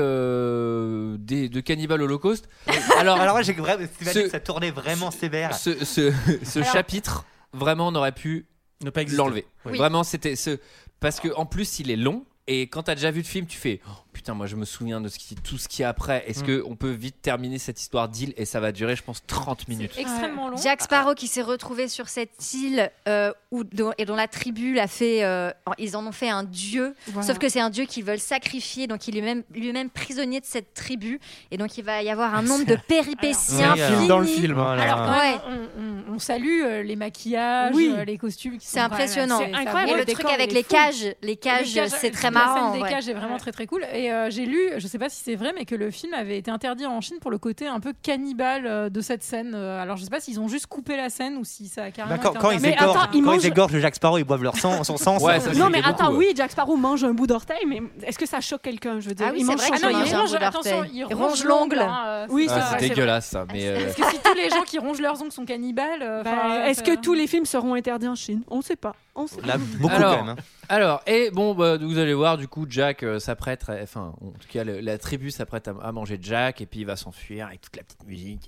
euh, des, de Cannibal Holocaust. Alors, Alors moi j'ai vraiment Stéphanie, Ce- que ça tournait vraiment sévère. ce, ce, ce Alors- chapitre, vraiment, on aurait pu Ne pas exister. l'enlever. Oui. Vraiment, c'était ce. Parce que en plus, il est long. Et quand t'as déjà vu le film, tu fais oh, putain, moi je me souviens de ce qui, tout ce qu'il y a après. Est-ce Mm. que on peut vite terminer cette histoire d'île et ça va durer, je pense, trente minutes. Extrêmement long. Jack Sparrow qui s'est retrouvé sur cette île euh, où, dont- et dont la tribu l'a fait. euh, ils en ont fait un dieu. Voilà. Sauf que c'est un dieu qu'ils veulent sacrifier, donc il est même, lui-même prisonnier de cette tribu. Et donc il va y avoir un nombre de péripéties Alors, c'est un film infinies. dans le film. Voilà. Alors quand Ouais. même, on, on- on salue euh, les maquillages, Oui. euh, les costumes. qui C'est sont quand même impressionnant. assez- C'est ça incroyable. vaut Et le décor, truc avec il est les fou. cages, les cages, Les cages, c'est très la scène marrant. des ouais. cages est vraiment très très cool. Et euh, j'ai lu, je sais pas si c'est vrai, mais que le film avait été interdit en Chine pour le côté un peu cannibale euh, de cette scène. Euh, alors je sais pas s'ils ont juste coupé la scène ou si ça a carrément. Bah, quand, été quand ils interdit. Mais égorgent, attends, ils quand mangent- ils égorgent Jack Sparrow, ils boivent leur sang, son sang. Ouais, ça- ça, Non, je mais l'ai attends, beaucoup, oui, Jack Sparrow mange un bout d'orteil, mais est-ce que ça choque quelqu'un? Je veux dire, Ah oui, il c'est mange vrai son Ah qu'il non, sang. mange il un ronge, bout d'orteil. attention, il Il ronge ronge l'ongle. l'ongle. hein, euh, Oui, c'est Ah, pas- c'est vrai, c'est dégueulasse ça. Mais euh, Parce que si tous les gens qui rongent leurs ongles sont cannibales, euh, Bah, enfin, est-ce ça- que tous les films seront interdits en Chine? On sait pas. On sait Là, pas. beaucoup Alors, quand même. hein. alors, et bon, bah, vous allez voir, du coup, Jack euh, s'apprête, à- enfin, en tout cas, le- la tribu s'apprête à, à manger Jack, et puis il va s'enfuir avec toute la petite musique.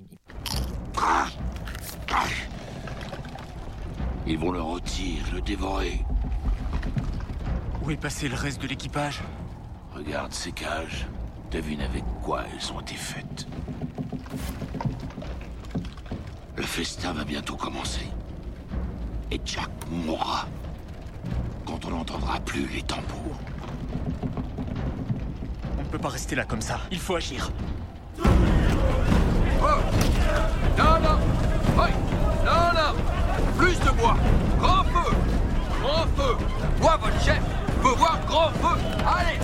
Ils vont le rôtir, le dévorer. Où est passé le reste de l'équipage? Regarde ces cages. Devine avec quoi elles ont été faites. Le festin va bientôt commencer. Et Jack mourra quand on n'entendra plus les tambours. On ne peut pas rester là comme ça. Il faut agir. Oh non, non. Oui. Non, non. Plus de bois. Grand feu. Grand feu. Moi, votre chef, veut voir grand feu. Allez.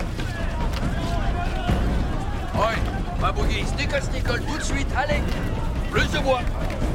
Oui. Ma bougie, snickle, snickle, tout de suite. Allez. Plus de bois.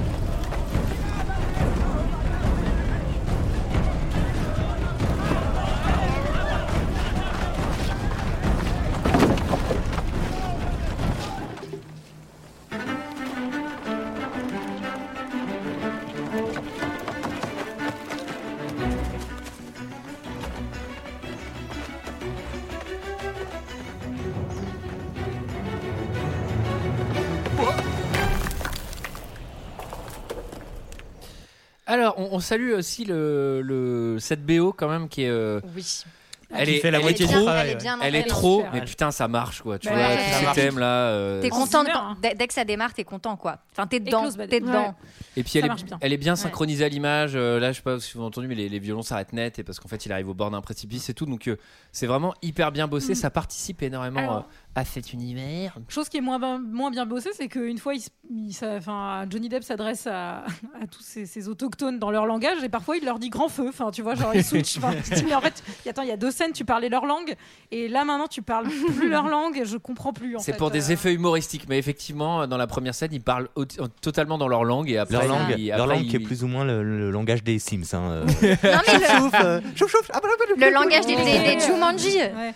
Alors, on, on salue aussi le, le cette B O quand même qui est. euh, Oui. elle Qui est, fait la elle moitié est du trop, travail, Elle est ouais. bien elle est emballée. trop, super. mais putain, ça marche quoi. Tu Bah, vois, ouais. tous Ça ces marche. thèmes là. euh, T'es On content se de- dit bien, hein. dès, dès que ça démarre, t'es content quoi. Enfin, t'es dedans, close, t'es ouais. dedans. Et puis elle Ça est, marche bien. elle est bien Ouais. synchronisée à l'image. Euh, là, je sais pas si vous avez entendu, mais les, les violons s'arrêtent net et parce qu'en fait, il arrive au bord d'un précipice et tout. Donc, euh, c'est vraiment hyper bien bossé. Mm. Ça participe énormément Alors, euh, à cet univers. Chose qui est moins, ben- moins bien bossée, c'est qu'une fois, il, s- il s'a- enfin, Johnny Depp s'adresse à, à tous ces, ces autochtones dans leur langage et parfois il leur dit grand feu. Enfin, tu vois, genre ils switch. Enfin, tu te dis, mais en fait, attends, il y a deux scènes, tu parlais leur langue et là maintenant tu parles plus leur langue et je comprends plus. en C'est fait. pour des Euh, effets humoristiques, mais effectivement, dans la première scène, ils parlent au- totalement dans leur langue et après, Leur ça. langue, ils- leur après, langue qui est ils- plus ou moins le, le langage des Sims. Hein. euh. Non, mais le, Chouf, euh, chouf, chouf, ah, bah, bah, bah, le langage des, des, des Jumanji. ouais.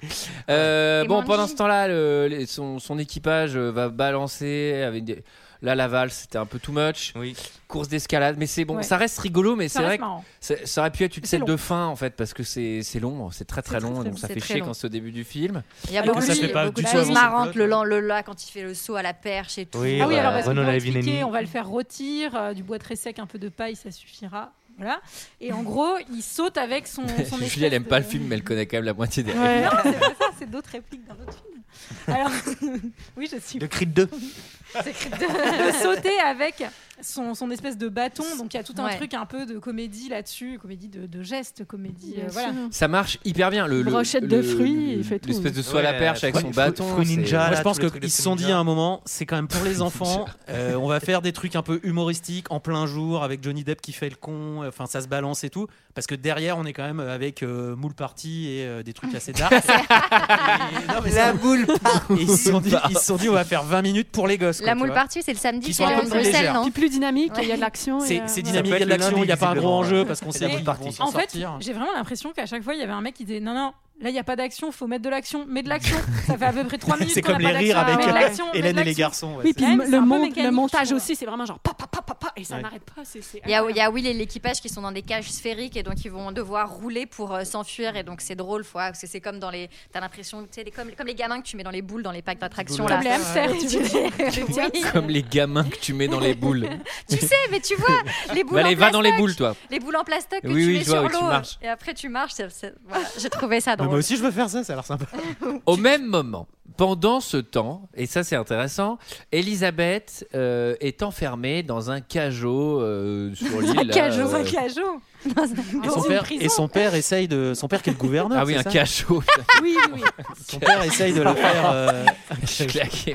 Euh, Et bon, Manji. pendant ce temps-là, le- les- son, son équipage euh, va balancer avec des. Là, la valse, c'était un peu too much. Oui. Course d'escalade, mais c'est bon, Ouais. ça reste rigolo, mais Ça c'est vrai reste que marrant. ça, ça aurait pu être une C'est scène long. de fin en fait, parce que c'est c'est long, c'est très très C'est long, très, très donc long. ça C'est fait très chier long. quand c'est au début du film. Il y a Alors beaucoup que de ça fait pas beaucoup du de tout choses avancer le marrantes. plot, Le, lan- le là, quand il fait le saut à la perche et tout. Oui, Ah oui, bah, alors parce que Renaud pour Lavinelli. expliquer, on va le faire rôtir, euh, du bois très sec, un peu de paille, ça suffira. Voilà. Et en gros, il saute avec son. son Julie, espèce elle aime de- pas le film, mais elle connaît quand même la moitié des Ouais. Non, c'est pas ça, c'est d'autres répliques d'un autre film. Alors, oui, je suis. Le Creed deux. C'est de, de sauter avec son, son espèce de bâton. Donc il y a tout un Ouais. truc un peu de comédie là-dessus, comédie de, de gestes, comédie. Bien euh, voilà. sûr. Ça marche hyper bien. Le, le- Brochette le- de fruits, le- il fait tout. L'espèce de saut à la Ouais, perche avec fruit- son fruit- bâton. fruit c'est- ninja. Moi, là, je pense tous les trucs qu'ils de se sont dit ninja. à un moment, c'est quand même pour les enfants. euh, on va faire des trucs un peu humoristiques en plein jour avec Johnny Depp qui fait le con. Enfin, ça se balance et tout. Parce que derrière, on est quand même avec euh, Moule Party et euh, des trucs assez dark. Et- non, mais ça- La boule. et ils se sont dit, ils se sont dit, on va faire vingt minutes pour les gosses. quoi, La tu moule vois. partie, c'est le samedi, Qui c'est sont un à peu plus Bruxelles, légères. non Puis plus dynamique, il y a de l'action. C'est et, euh, c'est voilà. dynamique, il y a de l'action, il n'y a pas un gros enjeu parce qu'on sait Mais- qu'ils vont s'en En fait, sortir. j'ai vraiment l'impression qu'à chaque fois, il y avait un mec qui disait non, non. Là, il n'y a pas d'action, faut mettre de l'action. Mets de l'action. Ça fait à peu près trois minutes. C'est qu'on comme a les pas rires d'action. avec Mets de euh, l'action, mets de Hélène et les l'action. garçons. ouais, Oui, c'est- puis Ouais, mais le, c'est un peu mon- mécanique, le montage je trouve. aussi, c'est vraiment genre pa, pa, pa, pa, pa, et ça Ouais. n'arrête pas. c'est- c'est Il y, a, il y incroyable. a Will et l'équipage qui sont dans des cages sphériques et donc ils vont devoir rouler pour euh, s'enfuir et donc c'est drôle fois parce que c'est comme dans les t'as l'impression tu sais les- comme, comme les gamins que tu mets dans les boules dans les packs d'attractions Boules là. Comme les hamsters, tu veux dire. Oui. Comme les gamins que tu mets dans les boules. Tu sais mais tu vois les boules Bah, en allez, va dans les plastoc. boules, toi. Les boules en plastoc que Oui, tu oui, mets je vois, sur oui, tu l'eau marches. et après tu marches c'est- c'est- voilà, j'ai trouvé ça Mais drôle. Moi aussi, je veux faire ça, ça a l'air sympa. Au même moment, pendant ce temps, et ça c'est intéressant, Elisabeth euh, est enfermée dans un cajot euh, sur l'île. là, Cajot, euh, un cajot. Et Dans son une père, prison. et son père essaye de. Son père qui est le gouverneur. Ah oui, c'est un ça cachot. Oui, oui. Son père essaye de le faire. euh, Je suis claqué.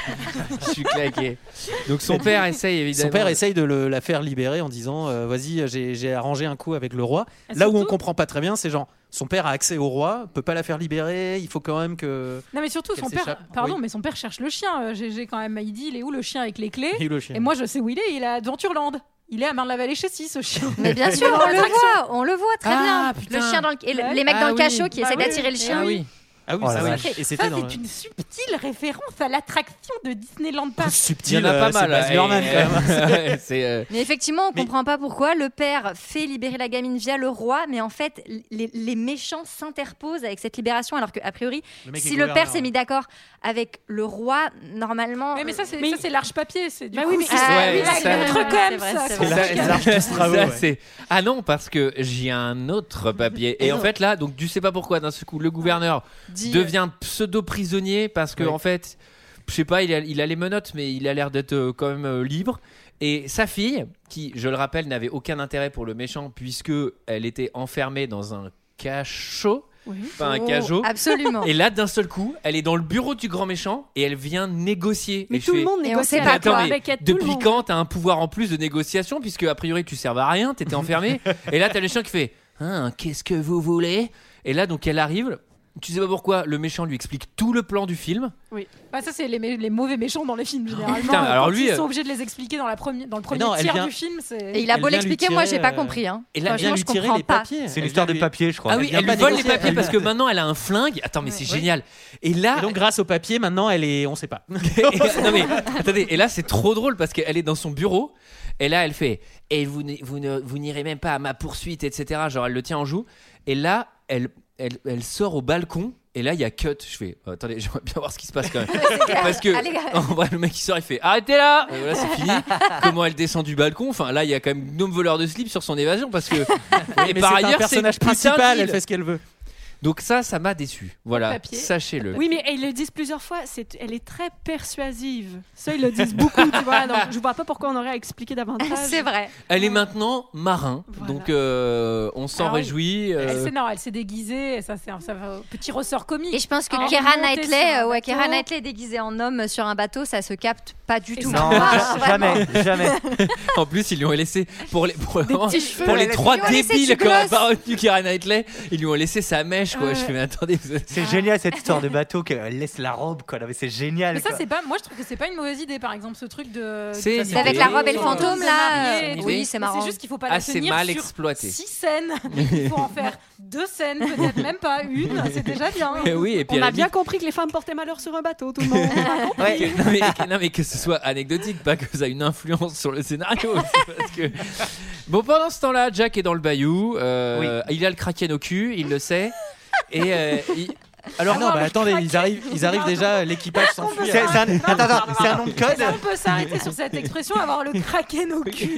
Je suis claqué. Donc son père essaye évidemment. Son père essaye de le- la faire libérer en disant euh, vas-y, j'ai j'ai arrangé un coup avec le roi. Et Là où on surtout- comprend pas très bien, c'est genre son père a accès au roi, peut pas la faire libérer, il faut quand même que. Non, mais surtout, Qu'elle son père. s'échappe. Pardon, Oui. mais son père cherche le chien. euh, G G quand même. Il dit il est où le chien avec les clés Et le chien. Et moi, je sais où il est. Il est à Adventureland. Il est à Marne-la-Vallée chez si, ce chien. Mais bien sûr, on le voit, on le voit très Ah, bien. putain. Le chien dans le, et le- Ouais. les mecs Ah dans le oui. cachot qui Bah essaient oui. d'attirer le chien. Ah oui. Ah oui, Oh la ça oui. vache. Et c'était Ça, dans. c'est une subtile référence à l'attraction de Disneyland Park. Il y Subtil, en a pas euh, c'est mal. Baz hein, Luhrmann, et- quand même. Ouais, c'est, euh, Mais effectivement, on Mais- comprend pas pourquoi le père fait libérer la gamine via le roi, mais en fait, les, les méchants s'interposent avec cette libération, alors qu'a priori, Le mec est si le père gouverneur. s'est mis d'accord avec le roi, normalement. Oui, mais ça, c'est Mais- ça, c'est l'arche-papier. C'est du Bah coup, oui, mais c'est- Ah, Ouais, oui, ça- d'accord, un truc c'est comme vrai, ça. c'est c'est vrai. la- compliqué. c'est l'arche tous travaux, ça, ouais. c'est- Ah non, parce que j'ai un autre papier. Et en fait, là, donc tu sais pas pourquoi, d'un seul coup, le gouverneur Dit- devient pseudo-prisonnier parce que, Ouais. en fait, je sais pas, il a, il a les menottes, mais il a l'air d'être euh, quand même euh, libre. Et sa fille, qui, je le rappelle, n'avait aucun intérêt pour le méchant puisque elle était enfermée dans un cachot, Oui. pas un Oh, cachot. Absolument. Et là, d'un seul coup, elle est dans le bureau du grand méchant et elle vient négocier. Mais et je tout le fais, monde Et on négocie sait mais pas avec attends, quoi. mais avec elle, tout le depuis monde. quand t'as un pouvoir en plus de négociation puisque a priori tu servais à rien, t'étais enfermé. Et là t'as le chien qui fait hein, qu'est-ce que vous voulez. Et là donc elle arrive. Tu sais pas pourquoi le méchant lui explique tout le plan du film. Bah, ça, c'est les, mé- les mauvais méchants dans les films, généralement. putain, alors Quand lui, ils euh, sont obligés de les expliquer dans, la première, dans le premier non, elle tiers vient- du film. C'est... Et il a Elle beau vient lui l'expliquer, moi tirer, j'ai pas euh, compris. Hein. Et là, Elle vient Franchement, lui je tirer comprends les pas. papiers. C'est une Elle histoire vient de lui- papier, je crois. Ah oui, vient elle pas lui vole les négocier, papiers elle- parce que maintenant elle a un flingue. Attends mais c'est Ouais. génial. Et là Et donc grâce au papier, maintenant, elle est, on sait pas. et- non mais attendez, et là c'est trop drôle parce qu'elle est dans son bureau et là elle fait et vous n- vous ne vous n'irez même pas à ma poursuite etc. Genre elle le tient en joue et là elle elle, elle sort au balcon et là il y a cut. Je fais oh, attendez j'aimerais bien voir ce qui se passe quand même parce que Allez, gars. en vrai le mec il sort il fait arrêtez là et voilà c'est fini. Comment elle descend du balcon, enfin là il y a quand même gnome voleur de slip sur son évasion parce que et Mais par c'est un ailleurs personnage c'est putain principal, d'île. elle fait ce qu'elle veut. Donc ça ça m'a déçu voilà papier. sachez-le. Oui, mais ils le disent plusieurs fois, c'est, elle est très persuasive. Ça, ils le disent beaucoup, tu vois. Donc, je vois pas pourquoi on aurait à expliquer davantage. C'est vrai. Elle est maintenant marin Voilà. donc euh, on s'en Alors oui. réjouit. euh, Elle, s'est- non, elle s'est déguisée, et ça, c'est un, ça va- petit ressort comique. Et je pense que En Keira remonter Knightley, sur un euh, ouais, bateau. Keira Knightley déguisée en homme sur un bateau, ça se capte pas du Et tout. ça Non, Ah, vraiment. jamais, jamais. En plus, ils lui ont laissé pour les pour, vraiment, petits cheveux. pour les Ils trois lui ont laissé débiles du qui n'auraient gloss. pas retenu Keira Knightley, ils lui ont laissé sa mèche quoi. Ouais. Je fais mais attendez, vous êtes- C'est génial cette histoire de bateau qu'elle laisse la robe quoi. Non, mais c'est génial. Mais ça, quoi. c'est pas. Moi, je trouve que c'est pas une mauvaise idée, par exemple, ce truc de. C'est de- une ça Avec idée. la robe et le de- fantôme de là. marier euh, et tout. Oui, c'est Mais marrant. C'est juste qu'il faut pas la assez tenir mal sur exploité. six scènes. Il faut en faire deux scènes, peut-être même pas une. C'est déjà bien. Mais oui, et puis On à la a bien limite, compris que les femmes portaient malheur sur un bateau, tout le monde. que, non, mais, que- non, mais que ce soit anecdotique, pas que ça ait une influence sur le scénario. C'est parce que... Bon, pendant ce temps-là, Jack est dans le bayou. euh, Il a le kraken au cul, il le sait. Et euh, il- Alors non, non, bah mais attendez, craquer. ils arrivent, ils arrivent déjà, l'équipage s'enfuit. C'est c'est un, attends, attends, c'est un nom de code. Est-ce qu'on peut s'arrêter sur cette expression, avoir le kraken au cul?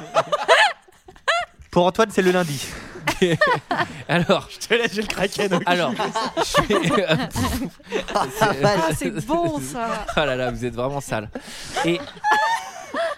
Pour Antoine, c'est le lundi. alors, Je te laisse, j'ai le kraken au cul. alors, je vais- Ah, c'est bon ça. Ah là là, vous êtes vraiment sale. Et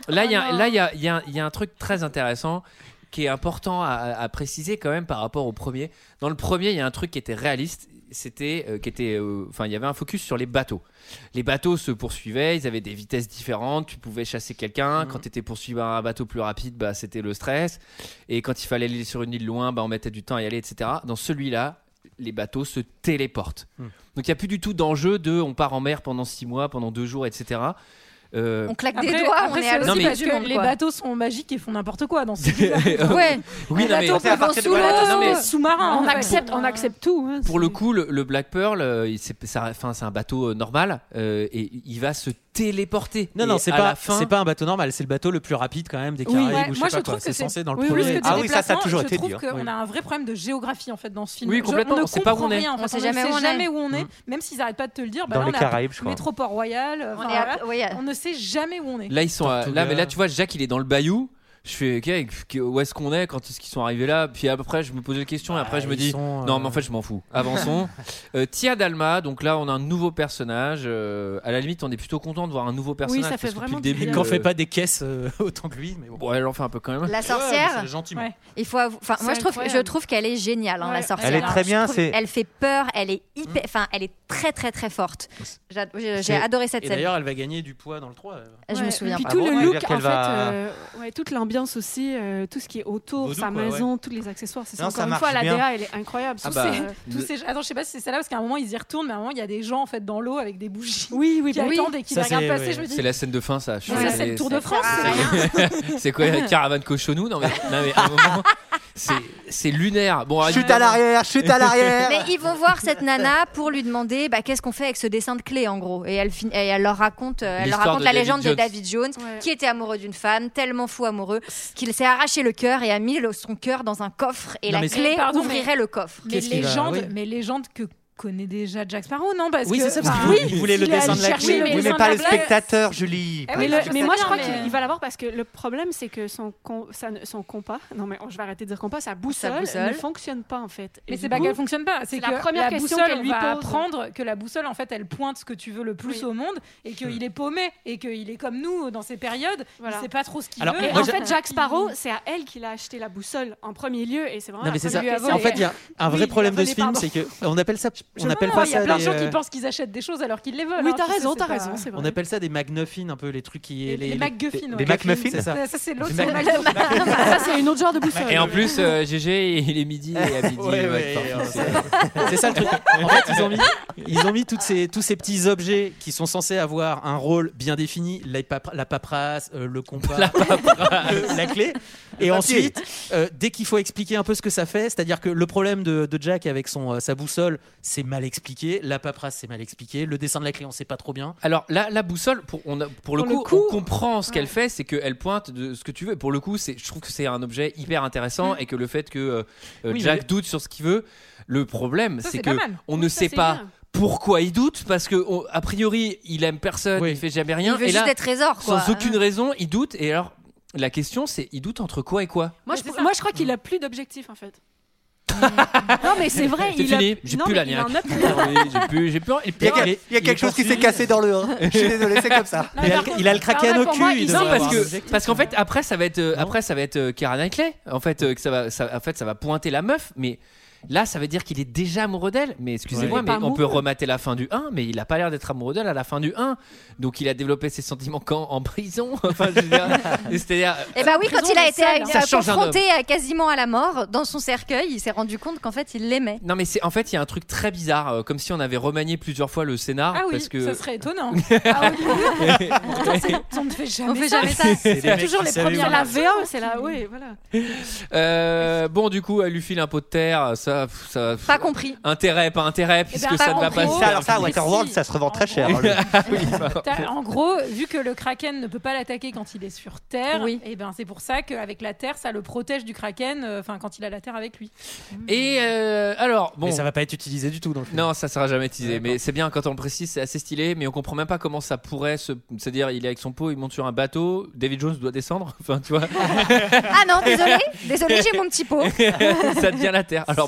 là, il y a, Oh là, il y a, il y a, il y a un truc très intéressant qui est important à, à préciser quand même par rapport au premier. Dans le premier, il y a un truc qui était réaliste. C'était, euh, qui était, enfin, euh, il y avait un focus sur les bateaux. Les bateaux se poursuivaient, ils avaient des vitesses différentes. Tu pouvais chasser quelqu'un. Mmh. Quand tu étais poursuivi par un bateau plus rapide, bah, c'était le stress. Et quand il fallait aller sur une île loin, bah, on mettait du temps à y aller, et cetera. Dans celui-là, les bateaux se téléportent. Mmh. Donc il n'y a plus du tout d'enjeu de on part en mer pendant six mois, pendant deux jours, et cetera. Euh... On claque après, des doigts, après, on est à l'autre l'autre parce du que monde. Les quoi. bateaux sont magiques et font n'importe quoi dans ce film. Ouais. Oui, les non, mais bateaux c'est à peuvent partir de- sous l'eau, non, mais- sous-marin. On en fait. accepte, on accepte tout. hein, pour c'est- le coup, le, le Black Pearl, euh, il- c'est, ça, enfin, c'est un bateau euh, normal euh, et il va se téléporter. Non, Et non, c'est à pas, la fin, c'est pas un bateau normal, c'est le bateau le plus rapide quand même des Oui, Caraïbes ouais, ou je moi, sais je pas quoi. trouve que C'est c'est- censé dans le Oui, premier. plus que du Ah oui, ça, ça a déplacement, toujours je été trouve dit, hein. qu'on Oui. a un vrai problème de géographie en fait dans ce film. Oui, Je- complètement, on ne on sait pas où comprend on est. rien, en On fait. sait On ne jamais sait où on est. jamais où on est, Mm. même s'ils n'arrêtent pas de te le dire. Bah, Dans là, les on est à Caraïbes, je crois. Métroport Royal. euh, On enfin, est à- voilà. ouais, On ne sait jamais où on est. là, ils sont à- Tortuga. là, mais là, tu vois, Jacques, il est dans le bayou. Je fais, ok, où est-ce qu'on est? Quand est-ce qu'ils sont arrivés là? Puis après, je me posais la question et après, je me ils dis, sont, euh, non, mais en fait, je m'en fous. Avançons. euh, Tia Dalma, donc là, on a un nouveau personnage. euh, à la limite, on est plutôt content de voir un nouveau personnage. ça fait parce que vraiment depuis le du début, bien. Qu'on euh, fait pas des caisses euh, autant que lui, mais bon. Bon, elle en fait un peu quand même. La Ouais, sorcière, mais gentiment. Ouais. il faut avou- enfin C'est moi je trouve je incroyable. trouve qu'elle est géniale hein, Ouais. la sorcière. Elle est très Je bien, trouve- c'est- elle fait peur, elle est hyper enfin elle est très très très forte. J'a- J'ai, j'ai C'est- adoré cette Et scène. d'ailleurs, elle va gagner du poids dans le trois. euh. Je Ouais, me souviens Puis pas. tout Ah bon, le ça veut look, dire en qu'elle fait, va- euh, ouais, toute l'ambiance aussi, euh, tout ce qui est autour, Vaudou, sa quoi, maison, tous les accessoires. C'est ça, Non, encore ça une marche fois, la bien. D A, elle est incroyable. Ah Tous bah, ces- le- Tous ces... Attends, je sais pas si c'est celle-là parce qu'à un moment ils y retournent, mais à un moment il y a des gens en fait dans l'eau avec des bougies Oui, oui, qui bah oui. attendent et qui Ça, les regardent c'est- passer. ouais. Je me dis, C'est la scène de fin, ça. Je mais suis ça, c'est le désolé, Tour de c'est- France. Ah, c'est rien. C'est quoi, caravane cochonou? Non mais, non mais à un moment, c'est, c'est lunaire. Bon, Chute à l'arrière, chute à l'arrière. Mais ils vont voir cette nana pour lui demander bah, qu'est-ce qu'on fait avec ce dessin de clé en gros. Et elle, fin- et elle leur raconte, euh, elle leur L'histoire raconte de la David légende Jones. de David Jones Ouais. qui était amoureux d'une femme, tellement fou amoureux qu'il s'est arraché le cœur et a mis le- son cœur dans un coffre et Non, la mais clé c'est- pardon, ouvrirait le coffre. Mais Qu'est-ce qu'il va- légende, oui. mais légende que connaît déjà Jack Sparrow, non? Parce Oui, que c'est ça, parce enfin, qu'il oui, il voulait le il est dessin allé de la chercher clé. le Oui, dessin mais de pas la les blague. spectateurs, Julie. Eh Mais, oui, le- je mais sais moi, je bien, crois mais- qu'il va l'avoir parce que le problème, c'est que son, com- sa- son compas, non mais je vais arrêter de dire compas, sa boussole, boussole. ne fonctionne pas en fait. Et Mais du c'est pas coup, qu'elle fonctionne pas, c'est c'est que la première la question boussole qu'elle lui va pose. apprendre que la boussole en fait elle pointe ce que tu veux le plus Oui. au monde et qu'il est paumé et qu'il est comme nous dans ces périodes, Voilà. il sait pas trop ce qu'il Alors, veut. Et moi, en j'ai- fait, Jack Sparrow, c'est à elle qu'il a acheté la boussole en premier lieu, et c'est vraiment Non, mais la c'est ça. première lui a En question. fait, il y a un Oui, vrai il problème a de volé, ce film, pardon. c'est que on appelle ça, on Non, appelle non, pas il y a ça plein de des, gens euh, qui pensent qu'ils achètent des choses alors qu'ils les veulent. Oui, hein, t'as tu sais, raison, c'est t'as pas- raison, c'est vrai. on appelle ça des MacGuffin, un peu les trucs qui Les- les MacGuffin, ouais. Des MacMuffins, c'est ça. Ça, ça, c'est l'autre, Les c'est le Mac- MacGuffin. Ça, c'est une autre genre de boussole. Et en plus, euh, G G, il est midi et à midi. Ouais, ouais, ouais, parfait. ouais, c'est ça le truc. En fait, ils ont mis, ils ont mis toutes ces, tous ces petits objets qui sont censés avoir un rôle bien défini, la, pap- la paperasse, euh, le compas, La le- la clé. Et ensuite, euh, dès qu'il faut expliquer un peu ce que ça fait, c'est-à-dire que le problème de, de Jack avec son, euh, sa boussole, c'est mal expliqué, la paperasse, c'est mal expliqué, le dessin de la clé, on sait pas trop bien. Alors la, la boussole, pour, on a- pour le Pour le coup, coup, on comprend ce qu'elle ouais. fait, c'est qu'elle pointe de ce que tu veux. Pour le coup, c'est, je trouve que c'est un objet hyper intéressant et que le fait que euh, euh, Oui, Jack mais- doute sur ce qu'il veut, le problème, Ça, c'est c'est que pas mal. on Oui, ne ça, sait c'est pas bien. pourquoi il doute parce que on- a priori, il aime personne, Oui. il fait jamais Il rien. veut et juste là, des trésors quoi. sans aucune raison, il doute. Et alors, la question, c'est, il doute entre quoi et quoi? Moi, Ouais, je, c'est ça. moi, je crois qu'il a plus d'objectifs en fait. non, mais c'est vrai. C'est il a- fini, j'ai non, plus mais la il niaque. en a plus. Oui, j'ai plus, j'ai plus. Et Il y puis, a, quel- il est- il y a il est quelque chose qui s'est poursuivi. cassé dans le un. Je suis désolé, c'est comme ça. Non, Il mais a, par le- contre- il a le kraken par au contre, pour moi, cul. il ils doit non, avoir parce un que objectif. parce qu'en fait après ça va être euh, Non. après ça va être euh, Keira Knightley en fait euh, que ça va ça, en fait ça va pointer la meuf mais là ça veut dire qu'il est déjà amoureux d'elle mais excusez-moi Ouais. mais Il est pas on peut amoureux. remater la fin du un mais il a pas l'air d'être amoureux d'elle à la fin du un donc il a développé ses sentiments quand en prison enfin je veux dire c'est-à-dire Et bah oui, quand prison, il a mais été seul, euh, ça change un confronté à- quasiment à la mort dans son cercueil, il s'est rendu compte qu'en fait il l'aimait. non mais c'est en fait il y a un truc très bizarre euh, comme si on avait remanié plusieurs fois le scénar Ah oui, parce que ça serait étonnant. Ah oui. Pourtant, c'est- on ne fait jamais On fait ça. jamais ça. C'est des mecs toujours qui les savent premières C'est la humour. V A, c'est la. Oui, voilà. euh, bon du coup elle lui file un pot de terre ça ça Pas compris. intérêt pas intérêt puisque ben, ça pas ne va pas compris. se Ça, faire alors ça, à Mais Waterworld, si. ça se revend très cher. En hein, le- Ah oui, T'as- En gros, vu que le kraken ne peut pas l'attaquer quand il est sur Terre, Oui. et ben c'est pour ça qu'avec la Terre, ça le protège du kraken. euh, Enfin, quand il a la Terre avec lui. et euh, alors bon Mais ça va pas être utilisé du tout dans le film. non, ça sera jamais utilisé. D'accord. Mais c'est bien quand on le précise, c'est assez stylé. Mais on comprend même pas comment ça pourrait se. C'est-à-dire, il est avec son pot, il monte sur un bateau. David Jones doit descendre. Enfin, tu vois, Ah non, désolé, désolé, j'ai mon petit pot. ça devient la terre. Alors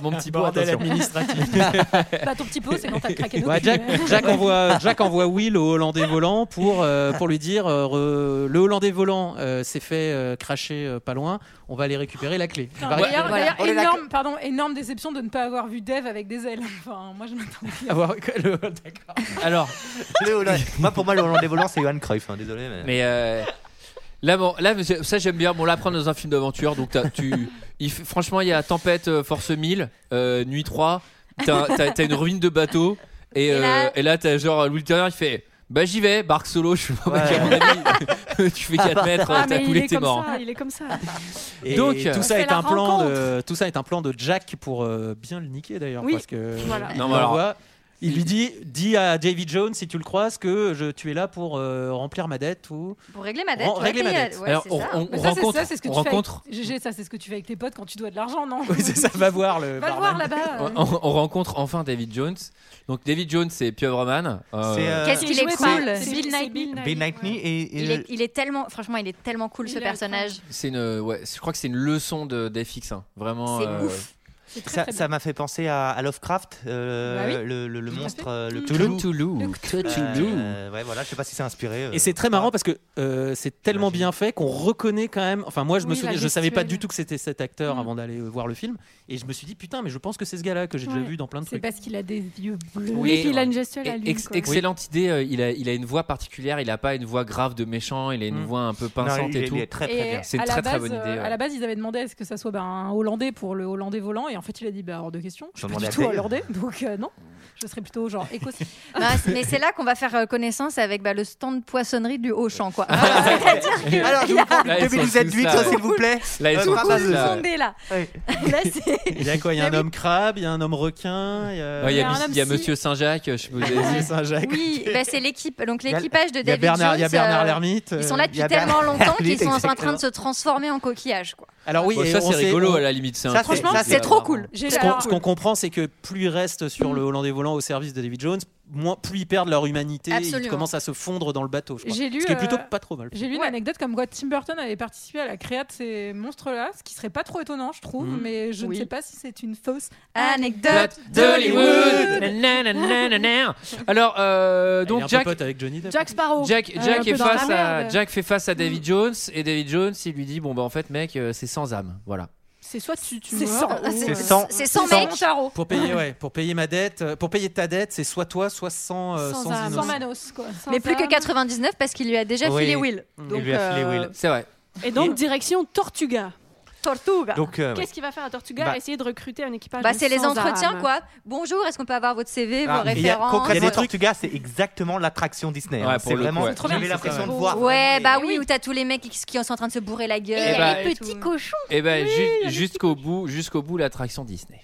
mon petit pot, Bordel attention. administratif. Bah, ton petit pot, c'est quand t'as craqué nos Ouais, culs. Jack, Jack, envoie, Jack envoie Will au Hollandais volant pour, euh, pour lui dire euh, re- le Hollandais volant euh, s'est fait euh, cracher euh, pas loin, on va aller récupérer la clé. Non, Il va D'ailleurs, récupérer- d'ailleurs, énorme, pardon, énorme déception de ne pas avoir vu Dave avec des ailes. Enfin, moi je m'attendais. à- Avoir- le- D'accord. Alors, Le Hollandais- Moi, pour moi, le Hollandais volant, c'est Johan Cruyff. hein, désolé, mais. mais euh, là, bon, là, ça j'aime bien. Bon, là, prendre dans un film d'aventure. Donc, t'as- tu, il, fait- franchement, il y a Tempête, euh, Force mille, euh, Nuit trois. T'as, t'as, t'as une ruine de bateau. Et, Et euh, là- et là, t'as genre Louis le Terrien, il fait. Bah j'y vais, barque solo, je suis pas Ouais. à mon avis, tu fais quatre mètres, Ah, t'as mais il coulé, est t'es comme mort. ça, il est comme ça. Et Donc, tout on ça fait est la un plan rencontre. de tout ça est un plan de Jack pour euh, bien le niquer d'ailleurs Oui, parce que voilà. il Non, mais alors- l'envoie, il lui dit dis à David Jones si tu le croises que je, tu es là pour euh, remplir ma dette ou Pour régler ma dette. Ren- ouais, régler ma payer- dette. ouais, Alors, c'est on, ça. on- Mais on ça, c'est rencontre, ça, c'est ce que on tu fais rencontre, avec... G G, ça, c'est ce que tu fais avec tes potes quand tu dois de l'argent, non oui c'est ça va voir le Va le barman. voir là-bas. on, euh. on- on rencontre enfin David Jones. Donc David Jones, c'est Pieuvreman. Euh, C'est, euh, Qu'est-ce Qui qu'il est jouait cool. par- C'est Bill Nighy. Bill Nighy et. et Il je- est, il est tellement, franchement, il est tellement cool ce Il est personnage. C'est une, ouais, je crois que c'est une leçon de d'F X. Hein. Vraiment. C'est euh, ouf. C'est très, Ça très ça m'a fait penser à, à Lovecraft, euh, Bah oui. le, le- le Tout à monstre, fait. euh, le Cthulhu. Cthulhu. Cthulhu. Cthulhu. Euh, ouais, voilà, je sais pas si c'est inspiré. euh, Et c'est très marrant parce que euh, c'est tellement bien fait qu'on reconnaît quand même. Enfin, moi, je me Oui, souviens, la je savais pas gestuelle. du tout que c'était cet acteur Mm. avant d'aller euh, voir le film, et je me suis dit putain, mais je pense que c'est ce gars-là que j'ai Ouais. déjà vu dans plein de C'est trucs. parce qu'il a des yeux bleus. Oui, Et- puis il a une gestuelle à Et- lui. ex- quoi. excellente idée. euh, il a, il a une voix particulière. Il a pas une voix grave de méchant. Il a une Mm. voix un peu non, pinçante il, et il tout. est très très Et bien. C'est une à la très, très base, bonne idée, euh, ouais. À la base, ils avaient demandé est-ce que ça soit ben, un Hollandais pour le Hollandais volant, et en fait, il a dit bah hors de question. Je suis Ils ont pas du demandé tout à Dave. Hollandais, donc euh, non. Je serais plutôt genre écossais. Non, c'est- mais c'est là qu'on va faire euh, connaissance avec bah, le stand poissonnerie du Auchan, quoi. Ah, C'est-à-dire que Alors, je vous prends Là, ils deux sont minutes tous huit, là. s'il vous plaît. Là, ils Euh, sont pas tous mal de là. fondé là. Ouais. Là, c'est. Il y a quoi Il y a un Mais oui. homme crabe, il y a un homme requin, il y a, Ouais, il y a, un Miss- homme il y a si- Monsieur Saint-Jacques. Je sais pas, vous avez vu. Monsieur Saint-Jacques. Oui, bah, c'est l'équipe. Donc Il y a- l'équipage de Il y a David Bernard, Jones. il y a Bernard euh, l'ermite. Ils euh, sont là il depuis y a tellement Bernard longtemps qu'ils l'ermite, sont en train de exactement. se transformer en coquillage, quoi. Alors oui, Bon, et ça on c'est sait- rigolo on- à la limite. C'est un Ça, truc, Franchement, ça, c'est trop cool. J'ai Ce alors- qu'on, ce qu'on comprend, c'est que plus ils restent sur le Hollandais volant au service de David Jones, moins, plus ils perdent leur humanité, Absolument. ils commencent à se fondre dans le bateau. Je crois. J'ai lu, Ce qui est plutôt euh, pas trop mal. J'ai lu une Ouais. anecdote comme quoi Tim Burton avait participé à la créa de ces monstres-là, ce qui serait pas trop étonnant, je trouve, Mhm. mais je Oui. ne sais pas si c'est une fausse Anecdote d'Hollywood. Nanana. Alors, euh, Il est donc un peu Jack, pote avec Johnny Depp. Jack Sparrow. Jack, Euh, Jack un est peu dans la face à merde. Jack fait face à David Jones et David Jones il lui dit bon bah en fait mec euh, c'est sans âme voilà. C'est soit tu, tu C'est meurs, sans- ou, C'est euh, sans- C'est sans Sans mec. Montaro. Pour payer, ouais, pour payer ma dette, euh, pour payer ta dette, c'est soit toi, soit sans, euh, Sans sans âme. innocent. Sans Manos, quoi. sans Mais plus que âme. quatre-vingt-dix-neuf parce qu'il lui a déjà Oui. filé Will. Il Donc, lui a filé euh, Will. C'est vrai. Et donc, direction Tortuga. Tortuga. Donc, euh, ouais. Qu'est-ce qu'il va faire à Tortuga Bah- Essayer de recruter un équipage Bah, de c'est les sans entretiens, âme. quoi. Bonjour, est-ce qu'on peut avoir votre C V, Ah, vos il y a- références concrètement, des trucs- Tortuga, c'est exactement l'attraction Disney. hein. Ouais, pour c'est le vraiment. coup, ouais. trop bien, J'avais c'est l'impression ça. de voir. Ouais, vraiment bah les- oui, où t'as tous les mecs qui, qui sont en train de se bourrer la gueule. Eh bah, les et petits tout. cochons. Et ben ju- jusqu'au bout jusqu'au bout l'attraction Disney.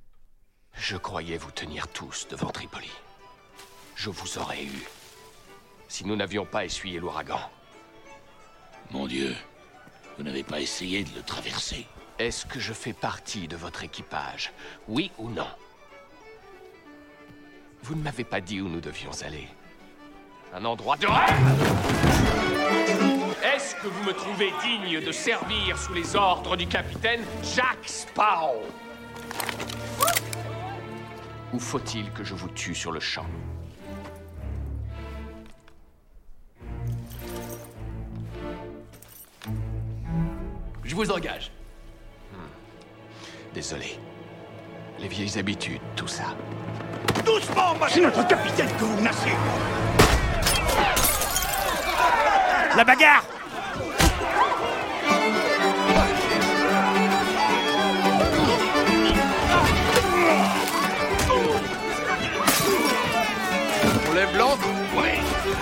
Je croyais vous tenir tous devant Tripoli. Je vous aurais eu si nous n'avions pas essuyé l'ouragan. Mon Dieu, vous n'avez pas essayé de le traverser. Est-ce que je fais partie de votre équipage, oui ou non? Vous ne m'avez pas dit où nous devions aller. Un endroit de rêve! Est-ce que vous me trouvez digne de servir sous les ordres du capitaine Jack Sparrow? Ou faut-il que je vous tue sur le champ? Je vous engage. Désolé. Les vieilles habitudes, tout ça. Doucement, moi, c'est notre capitaine que vous menacez. La bagarre! On lève l'ancre? Oui.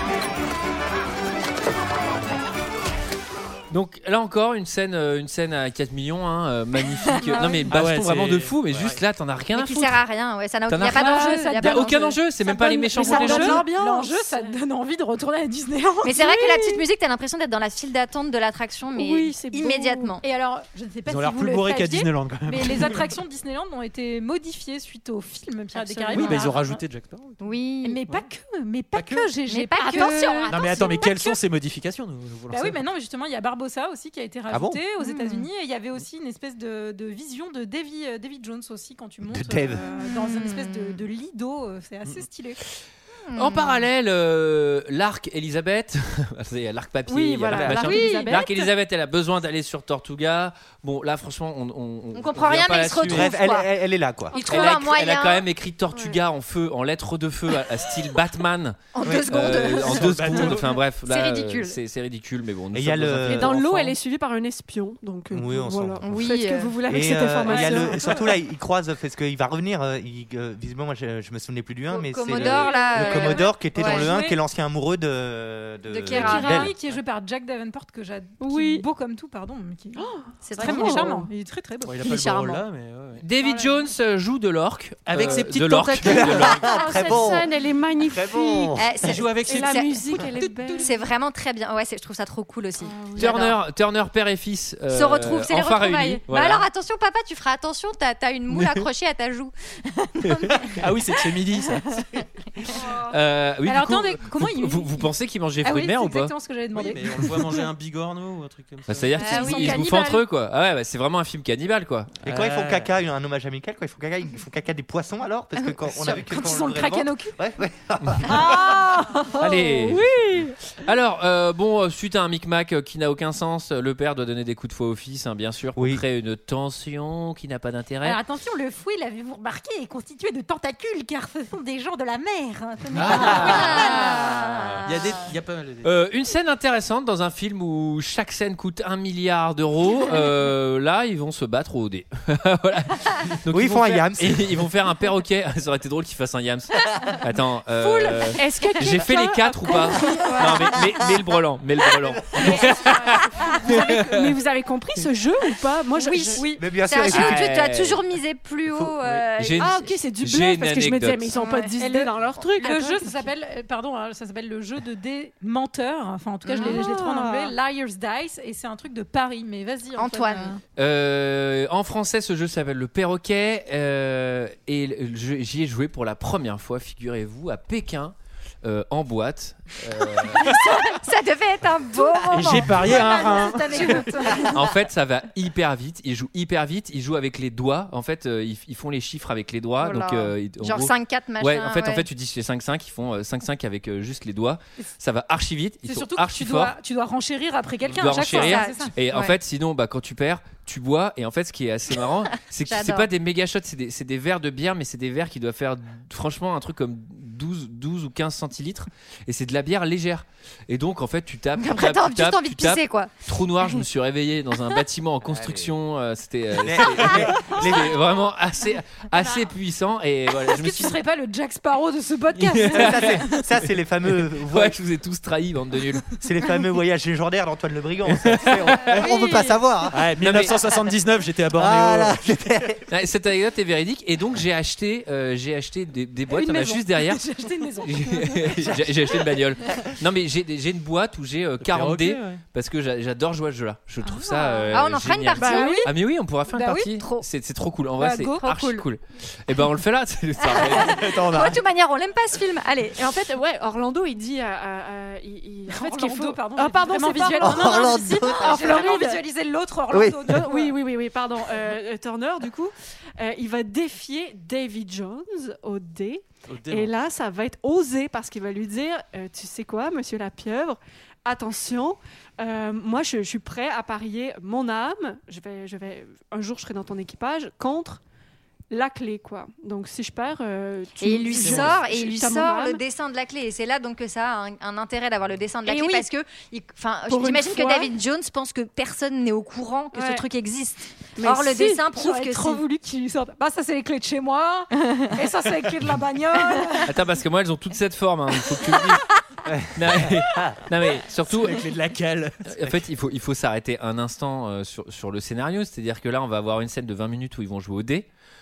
Donc là encore une scène euh, une scène à quatre millions hein, euh, magnifique. non mais Ah baston ouais, vraiment c'est- de fou mais ouais. juste là t'en as rien Mais à qui foutre. sert à rien, ouais, ça n'a T'en il y a as pas rien- d'enjeu. ça il y a Il pas y a aucun d'enjeu. enjeu, c'est Ça même pas les donne- méchants mais contre les ça jeux. donne l'ambiance. L'enjeu, ça te donne envie de retourner à Disneyland. Mais c'est vrai que la petite musique, t'as l'impression d'être dans la file d'attente de l'attraction, mais Oui, c'est beau. immédiatement. Et alors, je ne sais pas Ils ont si l'air vous plus le bourrés qu'à saviez, Disneyland quand même. mais les attractions de Disneyland ont été modifiées suite au film Pirates des Absolument. Caraïbes. Oui, bah, ils ont Ah, rajouté Jack Sparrow. Oui. Mais pas que, mais pas, Pas que. que. J'ai, j'ai Mais pas que. Attention, Non mais attends, mais pas quelles que. sont ces modifications nous, nous voulons Bah oui, savoir. mais non, mais justement, il y a Barbara Barbossa aussi qui a été Ah bon rajouté aux Mmh. États-Unis. Et il y avait aussi une espèce de, de vision de Davy, euh, Davy Jones aussi quand tu montes De Dave. euh, dans une espèce de, de lido. euh, C'est assez stylé. En parallèle, euh, l'arc Elisabeth, c'est l'arc papier, Oui, il y a voilà, l'arc l'arc machin. Elisabeth. L'arc Elisabeth, elle a besoin d'aller sur Tortuga. Bon, là, franchement, on on, On comprend vient rien, pas mais il se là-dessus. retrouve, Bref, elle, quoi. elle- elle est là, quoi. Il Elle trouve a, un écrit- elle a moyen. quand même écrit Tortuga en feu, en lettres de feu, à, à style Batman. En deux Euh, secondes. en deux secondes. Enfin bref, là, C'est euh, ridicule. C'est c'est ridicule, mais bon. nous Et il y a sommes dans le- un film Et dans l'eau, d'enfants. elle est suivie par un espion. Donc, euh, Oui, on s'en voilà. fout. Oui, Faites ce que euh, vous voulez avec Et, cette euh, il y a information. le- surtout là, il croise parce qu'il va revenir. euh, il- euh, visiblement, moi, je, je me souvenais plus du un, Le mais c'est le, Commodore, là, le euh, Commodore qui était ouais. dans le un, Joué. qui est l'ancien amoureux de de, De Kira. Kira, d'elle. qui est joué par Jack Davenport que j'adore. Oui. Beau comme tout, pardon. Mais qui... C'est très très beau, beau. charmant. Il est très très beau. Bon, il a Il pas est le charmant. rôle là, mais ouais, ouais. David Jones euh, joue de l'orque. Avec euh, ses petites de l'orque. tentacules. De l'orque. Oh, Très cette bon. scène, elle est magnifique. Très bon. Eh, Il c'est- joue avec Et ses la c'est- musique, elle est belle. C'est vraiment très bien. Ouais, c'est- je trouve ça trop cool aussi. Turner, Turner, père et fils. euh, Se retrouvent, c'est les enfin retrouvailles. réunis. Bah Voilà. alors attention, papa, tu feras attention, t'as as une moule accrochée à ta joue. Ah oui, c'est de chez midi ça. Euh, oui, Alors du coup, attendez, comment vous, il vous, vous pensez qu'ils mangent des Ah fruits oui, de mer c'est ou pas? exactement ce que j'avais Oui, demandé. mais on le voit manger un bigorneau ou un truc comme ça. Bah, c'est-à-dire Ah qu'ils oui. se- ils se bouffent Cannibales. entre eux, quoi. Ah ouais, bah, c'est vraiment un film cannibale, quoi. Et quand ils font Euh. caca, un hommage amical, quand ils font caca, ils font caca des poissons alors parce que quand on a vu que Quand quand ils on ont le ouvrait kraken ventre- au cul. Ouais, ouais. Ah Allez. Oui. Alors, euh, bon, euh, suite à un micmac euh, qui n'a aucun sens, euh, le père doit donner des coups de fouet au fils, hein, bien sûr, pour Oui. créer une tension qui n'a pas d'intérêt. Alors attention, le fouet, l'avez-vous remarqué, est constitué de tentacules car ce sont des gens de la mer. hein. Ce n'est pas- Ah. Il y a des, il y a pas mal de. Euh, une scène intéressante dans un film où chaque scène coûte un milliard d'euros. Euh, là, ils vont se battre au dé. Voilà. Donc, Oui, ils vont font un faire- yams. et ils vont faire un perroquet. Ça aurait été drôle qu'ils fassent un yams. Attends. euh, Est-ce que J'ai fait les quelqu'un quatre ou pas? Non, mais, mais, mais le brelan. Mais le brelan. vous avez- Mais vous avez compris ce jeu ou pas? Moi, je, Oui, je- oui. Mais bien C'est sûr, un il jeu où suffit- tu, tu as toujours misé plus haut. Faut- euh, J'ai une- Ah ok, c'est du J'ai bluff une parce que je me disais anecdote. mais ils ont pas Ouais. dix Et idées le- dans leur truc. Le Attends, jeu, c'est- ça s'appelle, euh, pardon, hein, ça s'appelle le jeu de dés menteurs. Enfin, en tout cas, je l'ai je l'ai trouvé en Ah. anglais, Liar's Dice, et c'est un truc de Paris. Mais vas-y, Antoine. Antoine. Euh, en français, ce jeu s'appelle le perroquet. euh, et le jeu- j'y ai joué pour la première fois, figurez-vous, à Pékin. euh, en boîte. Euh, Ça devait être un beau moment. Et j'ai parié un rein. Cette anecdote. en fait, ça va hyper vite. Ils jouent hyper vite. Ils jouent avec les doigts. En fait, euh, ils, ils font les chiffres avec les doigts. Voilà. Donc, euh, ils- en Genre gros- cinq quatre machin. Ouais, en fait, en ouais. fait, tu dis c'est cinq cinq, ils font euh, cinq cinq avec euh, juste les doigts. Ça va archi vite. Ils C'est sont surtout que archi tu forts. dois, tu dois renchérir après quelqu'un Tu dois à chaque fois. renchérir. ça, c'est ça. Et en Ouais. fait, sinon, bah, quand tu perds, tu bois. Et en fait, ce qui est assez marrant, c'est que c'est J'adore. pas des méga shots, c'est des, c'est des verres de bière, mais c'est des verres qui doivent faire franchement un truc comme douze, douze ou quinze centilitres. Et c'est de la bière légère. Et donc, en fait, tu tapes. Tu Après, tapes, t'as tu juste tapes, envie de tu tapes. pisser, quoi. Trou noir, je me suis réveillé dans un bâtiment en construction. euh, C'était euh, Mais- c'était- c'était vraiment assez, assez puissant. Et voilà, je Est-ce me que suis tu serais pas le Jack Sparrow de ce podcast? ça, c'est- ça, c'est les fameux Ouais, voyages, je vous ai tous trahis, bande de nuls. c'est les fameux voyages légendaires d'Antoine Le Brigand. ça, tu sais, on, on veut pas savoir. hein. Ouais, mille neuf cent soixante-dix-neuf, j'étais à Bornéo. Ah là, Ouais, Cette anecdote est véridique. Et donc, j'ai acheté, euh, j'ai acheté des, des boîtes. Une Il y en a maison. juste derrière. J'ai acheté une maison. j'ai j'ai acheté une bagnole. Non, mais j'ai j'ai une boîte où j'ai euh, quarante dés perroquet, ouais. parce que j'a- j'adore jouer à ce jeu-là. Je trouve ça. euh, Ah, on en fera une génial. partie. Bah oui. Ah, mais oui, on pourra faire une Bah oui, partie. trop. C'est c'est trop cool. En vrai, Bah, c'est go. archi Trop cool. Et ben, on le fait là. C'est- ça- Attends, on Bon, va- de toute manière, on l'aime pas ce film. Allez. Et en fait, ouais, Orlando, il dit à, à- à- il, il- en fait, ce qu'il Orlando, faut. pardon. Ah, j'ai pardon, vraiment c'est pas visuel. Orlando. Non, non, non, Orlando. si, si. En J'ai vraiment Floride. visualisé l'autre Orlando. Oui. du coup, Oui, oui, oui, oui, pardon. Euh, euh, Turner, du coup, euh, il va défier Davy Jones au dé. Au dé, Et là, ça va être osé parce qu'il va lui dire euh, tu sais quoi, monsieur la pieuvre, attention, euh, moi je, je suis prêt à parier mon âme, je vais, je vais, un jour je serai dans ton équipage, contre la clé, quoi. Donc si je perds. euh, tu- Et il lui je- sort, je- et il lui t'as mon sort le âme. dessin de la clé. Et c'est là donc que ça a un, un intérêt d'avoir le dessin de la Et clé oui. parce que, il- enfin, Pour j'imagine une que fois- David Jones pense que personne n'est au courant que ce Ouais. truc existe. Mais Or, le si, dessin prouve J'aurais que trop si. voulu qu'il lui sorte. Bah, ça, c'est les clés de chez moi. Et ça, c'est les clés de la bagnole. Attends, parce que moi, elles ont toute cette forme. hein. Il faut que tu le dises. non, mais, non, mais surtout, avec les de la cale. en fait, il faut, il faut s'arrêter un instant euh, sur, sur le scénario. C'est-à-dire que là, on va avoir une scène de vingt minutes où ils vont jouer au dé.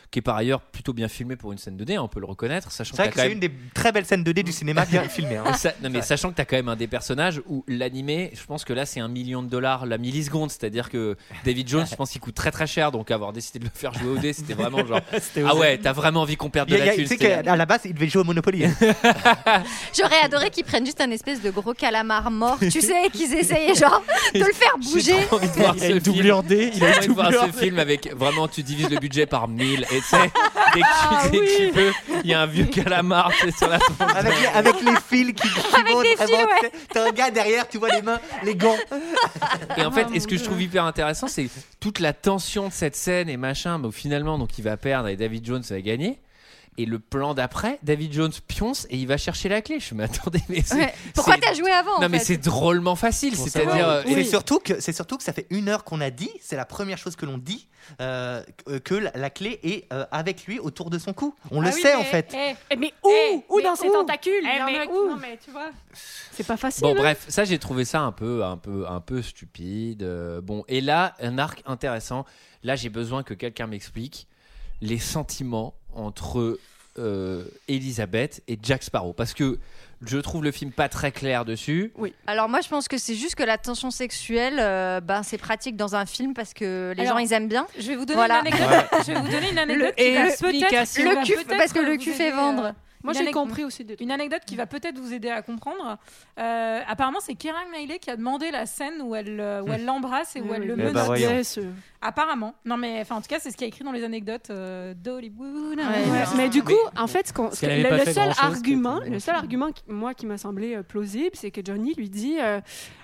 qui est par ailleurs plutôt bien filmé pour une scène deux D, hein, on peut le reconnaître, sachant C'est vrai que, que t'as c'est quand une même... des très belles scènes deux D du cinéma bien filmée. Hein. Ça, non mais sachant que t'as quand même un des personnages où l'animé, je pense que là c'est un million de dollars la milliseconde, c'est-à-dire que David Jones, je pense qu'il coûte très très cher, donc avoir décidé de le faire jouer au dé, c'était vraiment genre ah ouais, t'as vraiment envie qu'on perde de Il y a- la il y a- thune. Tu sais qu'à la base, il devait jouer au Monopoly. hein. J'aurais adoré qu'ils prennent juste un espèce de gros calamar mort, tu sais, et qu'ils essayent genre de le faire bouger. J'ai trop envie de voir Il a ce une doublure film. D, il J'ai a envie une de voir doublure ce D. film avec vraiment tu divises le budget par mille et tu sais dès que Ah tu, dès que oui. tu peux, il y a un vieux calamar tu sais, sur la tronche. Avec les, avec les fils qui, qui Avec montent les vraiment, fils, tu sais, T'as un gars derrière, tu vois les mains, les gants. Et en fait, Oh, et ce que mon je trouve hyper intéressant, c'est toute la tension de cette scène et machin. Bon, finalement, donc il va perdre et David Jones va gagner. Et le plan d'après, David Jones pionce et il va chercher la clé. Je me attendez, mais c'est, Ouais. Pourquoi c'est- t'as joué avant en Non, mais fait c'est drôlement facile. Pour C'est-à-dire, savoir. euh, C'est et- surtout que c'est surtout que ça fait une heure qu'on a dit. C'est la première chose que l'on dit euh, que- que la, la clé est euh, avec lui autour de son cou. On le Ah oui, sait mais- en fait. eh, eh, mais où Eh, Où mais dans ses où tentacules Eh, Il y en mais a- où Non mais tu vois, c'est pas facile. Bon, hein. bref, ça j'ai trouvé ça un peu, un peu, un peu stupide. Euh, bon, et là, un arc intéressant. Là, j'ai besoin que quelqu'un m'explique les sentiments entre euh, Elisabeth et Jack Sparrow, parce que je trouve le film pas très clair dessus. Alors moi je pense que c'est juste que la tension sexuelle, euh, ben, c'est pratique dans un film parce que les Alors, gens ils aiment bien. Je vais vous donner Voilà. une anecdote. Je vais vous donner une anecdote Le- qui va explication. peut-être Le qui cul, va peut-être parce que le vous cul aider, fait vendre. euh, Moi une j'ai anec- compris aussi des trucs. Une anecdote qui va peut-être vous aider à comprendre. Euh, apparemment, c'est Keira Knightley qui a demandé la scène où elle, euh, où elle l'embrasse et où elle le Eh bah, menotte. voyons. Yes. Apparemment. Non, mais enfin, en tout cas, c'est ce qui est écrit dans les anecdotes euh, d'Hollywood. Ouais, Ouais, mais du coup, en fait, ce qu'on- Parce qu'elle le, avait pas le fait seul grand-chose, argument, qu'elle le était seul dans le argument, qui- moi, qui m'a semblé euh, plausible, c'est que Johnny lui dit, euh,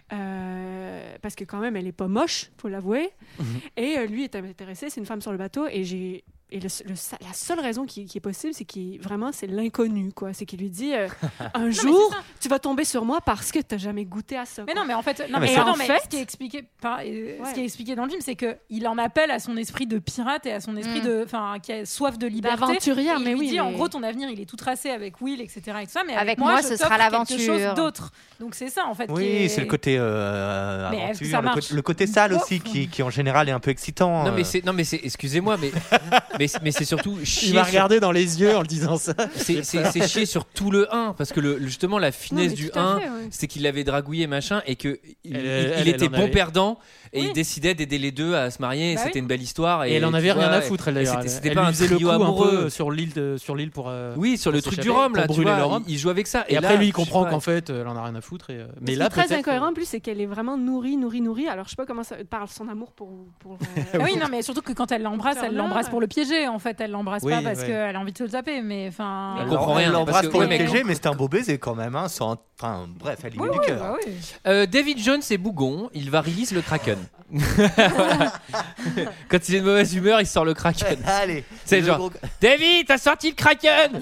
euh, parce que quand même, elle est pas moche, faut l'avouer, et euh, lui est intéressé, c'est une femme sur le bateau, et j'ai et le, le- la seule raison qui, qui est possible, c'est qu'il vraiment c'est l'inconnu, quoi. C'est qu'il lui dit euh, un jour, c'est ça. tu vas tomber sur moi parce que t'as jamais goûté à ça. Mais quoi. non, mais en fait, non, mais mais, ça- non, en mais fait- ce qui est expliqué, par- euh, Ouais. ce qui est expliqué dans le film, c'est que il en appelle à son esprit de pirate et à son esprit Mm. de, enfin, qui a soif de liberté. D'aventurière, Et il mais lui oui, dit, en mais- gros, ton avenir, il est tout tracé avec Will, et cetera, et tout ça, mais Avec avec, moi, je ce t'offre sera quelque l'aventure. chose d'autre. Donc c'est ça, en fait. qui Oui, est- c'est le côté euh, Mais est-ce que aventure, ça le, marche côté, le côté sale Bof. aussi qui, qui en général est un peu excitant. Non, euh. mais c'est, non, mais c'est, excusez-moi, mais, mais, mais c'est surtout chier. Il m'a sur- regardé dans les yeux en le disant ça. C'est, c'est, c'est chier sur tout le un, parce que le, justement, la finesse mais du tout à un, fait, ouais. c'est qu'il l'avait dragouillé machin et que il, Elle- il- elle- il elle était en bon avait- perdant et Oui. il décidait d'aider les deux à se marier. Et Bah c'était oui. une belle histoire. Et, Et elle en tu avait rien vois, à foutre, elle et d'ailleurs. C'était, c'était Elle pas lui un faisait le trio coup un amoureux. peu sur l'île de, sur l'île pour. euh, Oui, sur le pour truc du s'échapper, rhum, là, pour tu brûler vois, le rhum. il, il joue avec ça. Et, là, après, lui, il je sais comprend pas. qu'en fait, euh, elle en a rien à foutre. Et, euh, Ce mais qui là, est très peut-être, incohérent euh, en plus, c'est qu'elle est vraiment nourrie, nourrie, nourrie. Alors je sais pas comment ça parle son amour pour. pour euh, Ah oui, non, mais surtout que quand elle l'embrasse, elle Là, l'embrasse ouais. pour le piéger, en fait. Elle l'embrasse Oui, pas parce ouais. qu'elle a envie de se le taper, mais enfin. Elle Elle comprend l'em- rien, Elle parce l'embrasse que- pour ouais, le mais- piéger, mais c'était un beau baiser quand même. Hein, sans... Enfin, bref, elle y met Oui, du oui, cœur. bah oui. Euh, David Jones est bougon, il va release le Kraken. Voilà. Quand il est de mauvaise humeur, il sort le Kraken. Allez, C'est le genre, gros- David, t'as sorti le Kraken.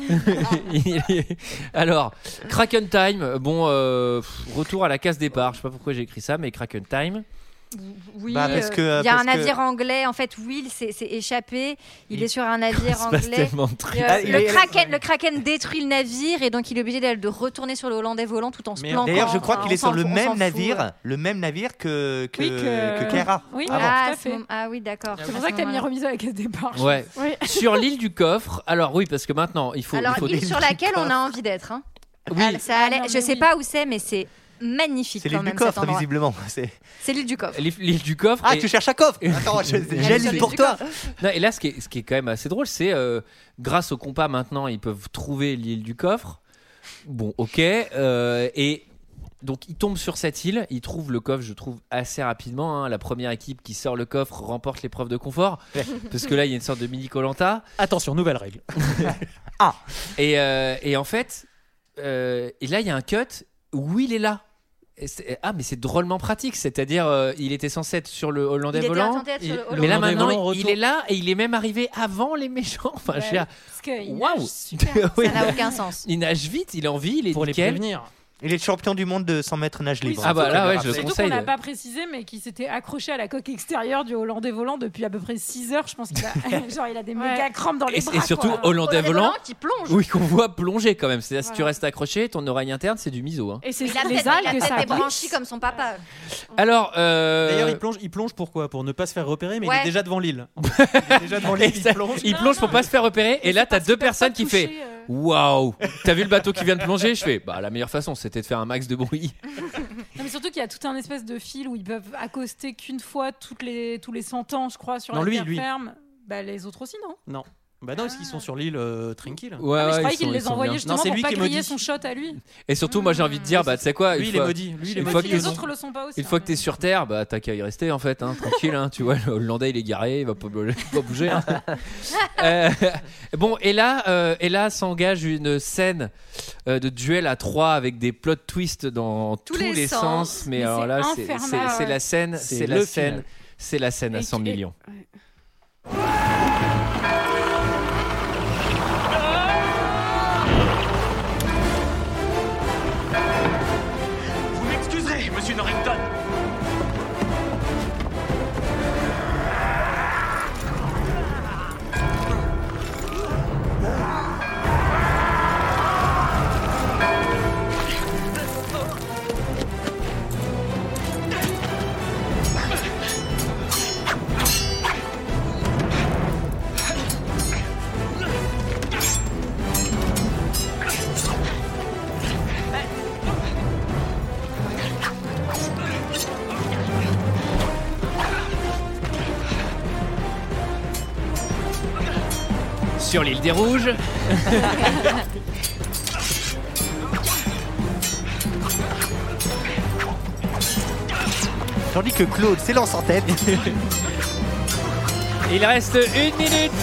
Il est- Alors, Kraken Time, bon, euh, pff, retour à la case départ. Je sais pas pourquoi j'ai écrit ça, mais Kraken Time. Oui, Bah, parce euh, que- il y a un parce que- navire anglais. En fait, Will s'est s'est échappé. Il Il- est sur un navire Il se passe anglais. tellement de trucs. Euh, Ah, il le, est- kraken, le Kraken détruit le navire et donc il est obligé d'aller- de retourner sur le Hollandais volant tout en se Mais planquant. D'ailleurs, je crois Enfin, qu'il on est sur s'en le fout- on même s'en fout. navire, le même navire que que, Oui, que- que Kera. Oui, Ah bon. Ah, tout à c'est fait. bon. Ah oui, d'accord. C'est pour ça que t'as mis remise à la case départ. je Ouais. pense. Oui. Sur l'île du coffre. Alors oui, parce que maintenant, il faut. Alors, il faut... île sur laquelle on a envie d'être. Hein. Oui. Ah, ça allait- Ah, non, je mais sais oui. pas où c'est, mais c'est magnifique C'est quand l'île même du cet coffre, endroit. visiblement. C'est- C'est l'île du coffre. L'île l'île du coffre. Ah, et... tu cherches un coffre Attends, je- Elle est j'ai sur l'île l'île pour du toi. Non, et là, ce qui, est, ce qui est quand même assez drôle, c'est euh, grâce au compas maintenant, ils peuvent trouver l'île du coffre. Bon, ok. euh, et donc, ils tombent sur cette île. Ils trouvent le coffre, je trouve, assez rapidement. Hein. La première équipe qui sort le coffre remporte l'épreuve de confort. Parce que là, il y a une sorte de mini Koh-Lanta. attention, nouvelle règle. Et, euh, et en fait, euh, et là, il y a un cut où il est là. Et c'est- ah, mais c'est drôlement pratique. C'est-à-dire, euh, il était censé être sur le Hollandais Il était volant. tenté d'être sur le Et- Hollandais. Mais là Hollandais maintenant, volant, il retour. est là et il est même arrivé avant les méchants. Enfin, je suis là, Parce qu'il waouh. nage super. Oui. Ça n'a aucun sens. Il nage vite, il est en vie, il est Pour les nickel. prévenir. Il est champion du monde de cent mètres nage libre. Oui, ah bah là, ouais, je le Surtout conseille. qu'on n'a pas précisé, mais qui s'était accroché à la coque extérieure du Hollandais volant depuis à peu près six heures. Je pense qu'il a, genre, il a des méga crampes dans les Et, bras. et surtout, quoi. Hollandais volant, qui plonge. oui, qu'on voit plonger quand même. C'est-à-dire, si tu Voilà. restes accroché, ton oreille interne, c'est du miso. Hein. Et c'est Il a les peut-être algues, il a ça peut-être des glisse. branchies comme son papa. Alors, euh... D'ailleurs, il plonge, il plonge pourquoi Pour ne pas se faire repérer, mais il Ouais. est déjà devant l'île. Il est déjà devant l'île, il plonge. il plonge pour pas se faire repérer. Et là, t'as deux personnes qui fait waouh. T'as vu le bateau qui vient de plonger? Je fais bah la meilleure façon, c'était de faire un max de bruit. Non, mais surtout qu'il y a tout un espèce de fil où ils peuvent accoster qu'une fois toutes les, tous les cent ans, je crois, sur Non, la lui, terre lui. ferme. Bah, les autres aussi, non? Non. Bah non, parce qu'ils sont sur l'île euh, tranquille. Ouais, Ah, mais je ouais, croyais ils qu'il sont- ils les sont envoyait bien. justement Non, c'est pour lui pas qui est griller maudit. son shot à lui. Et surtout, moi j'ai envie de dire, bah tu sais quoi, Lui, une il est fois- maudit. Lui, il est une maudit. fois que Les t'es- autres le sont pas aussi. Une fois hein, que t'es mais- sur Terre, bah t'as qu'à y rester en fait, hein, tranquille, hein, tu vois, le Hollandais il est garé, il va pas, bouger- pas bouger. Hein. Euh, bon, et là, euh, et là s'engage une scène euh, de duel à trois avec des plot twists dans tous, les les, sens. sens. Mais, Mais alors c'est là, c'est infernal, c'est- c'est ouais. la scène, C'est c'est le la scène, final. c'est la scène à Et cent qui- millions. Ouais. Vous m'excuserez, monsieur Norrington. Sur l'île des Rouges. Tandis que Claude s'élance en tête. Il reste une minute.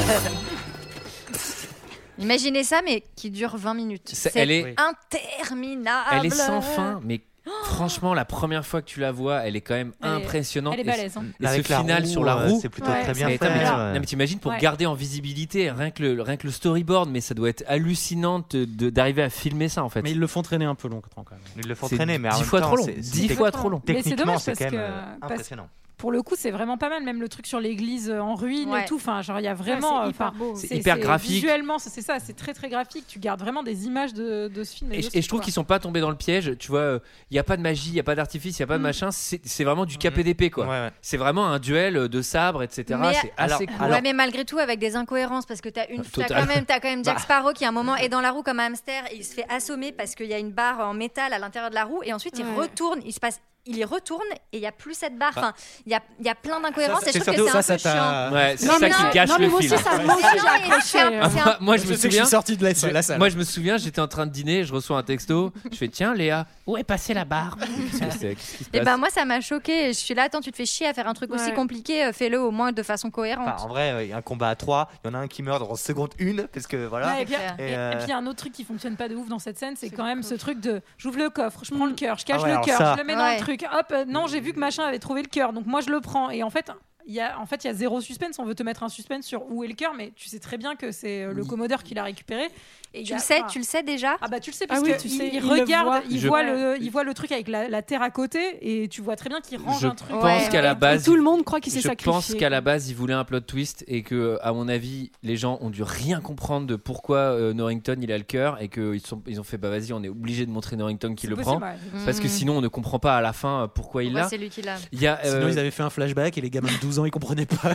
Imaginez ça, mais qui dure vingt minutes. C'est- C'est elle est- interminable. Elle est sans fin, mais franchement, la première fois que tu la vois, elle est quand même Elle est- impressionnante. elle est Et balèze, hein. Et ce Avec la final roue, sur la euh, roue, c'est plutôt Ouais, très bien Mais fait. attends, mais tu- ouais. non, mais t'imagines pour Ouais. garder en visibilité rien que le, rien que le storyboard, mais ça doit être hallucinant de- de- d'arriver à filmer ça en fait. Mais ils le font traîner un peu longtemps quand même. Ils le font C'est traîner, mais en dix même fois temps, trop long. c'est- Dix c'est- fois trop long. Mais c'est Techniquement, dommage c'est parce quand que même euh, parce- impressionnant. pour le coup, c'est vraiment pas mal. Même le truc sur l'église en ruine Ouais. et tout. Enfin, genre, il y a Ouais, vraiment. c'est hyper enfin, beau. C'est hyper graphique. Visuellement, c'est c'est ça. C'est très très graphique. Tu gardes vraiment des images de, de ce film. Et, de je- ce et je trouve quoi. qu'ils sont pas tombés dans le piège. Tu vois, il y a pas de magie, il y a pas d'artifice, il y a pas de Mm. machin. C'est c'est vraiment du K P D P quoi. Ouais, ouais. C'est vraiment un duel de sabres, et cetera. Mais C'est alors- assez cool. Ouais, mais malgré tout, avec des incohérences, parce que t'as une, Euh, t'as total. quand même, t'as quand même Jack Bah. Sparrow qui à un moment est dans la roue comme un hamster et il se fait assommer parce qu'il y a une barre en métal à l'intérieur de la roue et ensuite il Ouais. retourne, il se passe, il y retourne et il y a plus cette barre. Ah. Enfin, il y a, il y a plein d'incohérences et je c'est trouve que surtout- c'est un ça, peu ça t'a- chiant. Ouais, c'est Non, ça mais qui non, gâche non, le mais moi film. aussi, ça, moi aussi, Non, j'ai mais accroché. c'est un- euh. c'est un- Moi, moi, je Je me sais que je souviens. suis sorti de la, Je- la salle. Moi, je me souviens, j'étais en train de dîner, je reçois un texto, je fais tiens, Léa, où est passée la barre? Qu'est-ce que c'est Qu'est-ce qui se Et passe ben moi ça m'a choqué. Je suis là, attends, tu te fais chier à faire un truc aussi Ouais. compliqué, euh, fais-le au moins de façon cohérente. Enfin, en vrai, euh, il y a un combat à trois, il y en a un qui meurt dans seconde une, parce que voilà. Ouais, et puis, clair. et- Et, et euh, puis il y a un autre truc qui fonctionne pas de ouf dans cette scène, c'est C'est quand le même ce coffre. truc de j'ouvre le coffre, je prends le cœur, je cache Ah ouais, le alors cœur, ça. je le mets dans Ouais. le truc. Hop, euh, non, j'ai vu que machin avait trouvé le cœur, donc moi je le prends. Et en fait, il y a en fait il y a zéro suspense. On veut te mettre un suspense sur où est le cœur, mais tu sais très bien que c'est euh, le commodeur qui l'a récupéré. Et il Tu y a- le sais, enfin, tu le sais déjà. Ah bah tu le sais Ah parce oui, que tu il, sais, il il le regarde, voit. il Je- voit le, il voit le truc avec la, la terre à côté et tu vois très bien qu'il range Je un truc. pense Ouais. qu'à la Et base, tout le monde croit qu'il s'est je sacrifié. pense qu'à la base, ils voulaient un plot twist et que, à mon avis, les gens ont dû rien comprendre de pourquoi euh, Norrington il a le cœur et qu'ils sont, ils ont fait bah vas-y, on est obligé de montrer Norrington qui C'est le possible, prend ouais. parce que Mhm. sinon on ne comprend pas à la fin euh, pourquoi il Pourquoi l'a. c'est lui qui l'a. Il y a, euh, Sinon, ils avaient fait un flashback et les gamins de douze ans, ils comprenaient pas.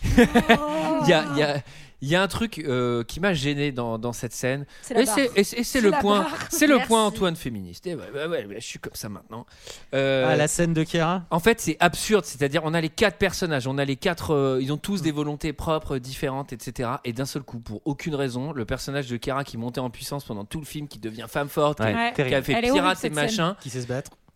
il y a, il y a- il y a un truc euh, qui m'a gêné dans, dans cette scène. C'est la Et barre. c'est, et c'est- et c'est C'est le la point, barre. c'est le Merci. point Antoine féministe. Et ouais, ouais, ouais, je suis comme ça maintenant. Euh, Ah, la scène de Kira. En fait, c'est absurde. C'est-à-dire, on a les quatre personnages, on a les quatre, euh, ils ont tous des volontés propres, différentes, et cetera. Et d'un seul coup, pour aucune raison, le personnage de Kara qui montait en puissance pendant tout le film, qui devient femme forte, Ouais, Ouais. qui, qui a terrible. fait Elle est pirate horrible, et cette machin, Qui sait se battre.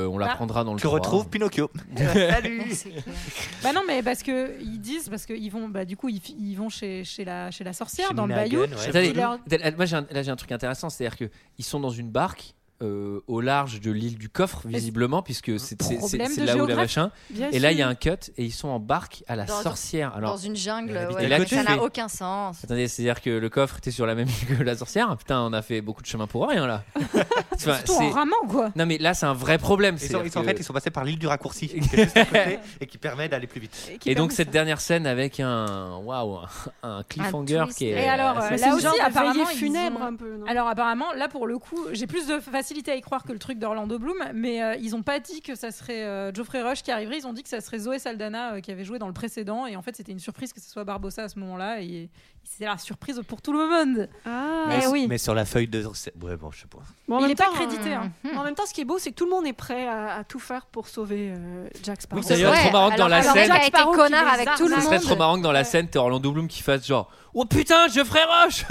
euh, on l'apprendra dans le Tu trois. retrouves Pinocchio. Salut. Bah non, mais parce que ils disent parce que ils vont bah du coup ils, ils vont chez, chez la chez la sorcière Chez dans Nina le bayou. Hagen, ouais. Attendez, Ils leur- attendez, moi j'ai un, là j'ai un truc intéressant, c'est-à-dire que ils sont dans une barque. euh, au large de l'île du Coffre, visiblement, puisque c'est, c'est, c'est, c'est de là où la géographie. machin. Bien Et là, il y a sûr. un cut et ils sont en barque à la Dans- sorcière. Alors, Dans une jungle, et ouais, là, ça tu n'a fais- aucun sens. attendez, c'est-à-dire que le coffre était sur la même île que la sorcière. Putain, on a fait beaucoup de chemin pour rien là. Enfin, Surtout en ramant, quoi. Non, mais là, c'est un vrai problème. Ils sont, ils sont- en que- fait, ils sont passés par l'île du raccourci, qui est juste à côté et qui permet d'aller plus vite. Et donc cette dernière scène avec un waouh, un, un cliffhanger twist. qui est. Et alors, assez- euh, C'est là une aussi, genre de apparemment, veillée ils funèbre ont- un peu. non Alors apparemment, là pour le coup, j'ai plus de facilité à y croire que le truc d'Orlando Bloom, mais euh, ils ont pas dit que ça serait euh, Geoffrey Rush qui arriverait, ils ont dit que ça serait Zoé Saldana euh, qui avait joué dans le précédent, et en fait c'était une surprise que ce soit Barbossa à ce moment-là, et c'était la surprise pour tout le monde. Ah. Mais, Eh oui. mais sur la feuille de. Ouais, bon, je sais pas. Bon, en Il même est pas temps, crédité, hein. euh, En même temps, ce qui est beau, c'est que tout le monde est prêt à, à tout faire pour sauver euh, Jack Sparrow. Oui, ça serait Ouais, trop marrant que dans alors la que le scène. mec a été Sparrow qui connard les avec tout le Ça serait monde. trop marrant que dans la scène, t'as Orlando Bloom qui fasse genre oh putain, Geoffrey Rush.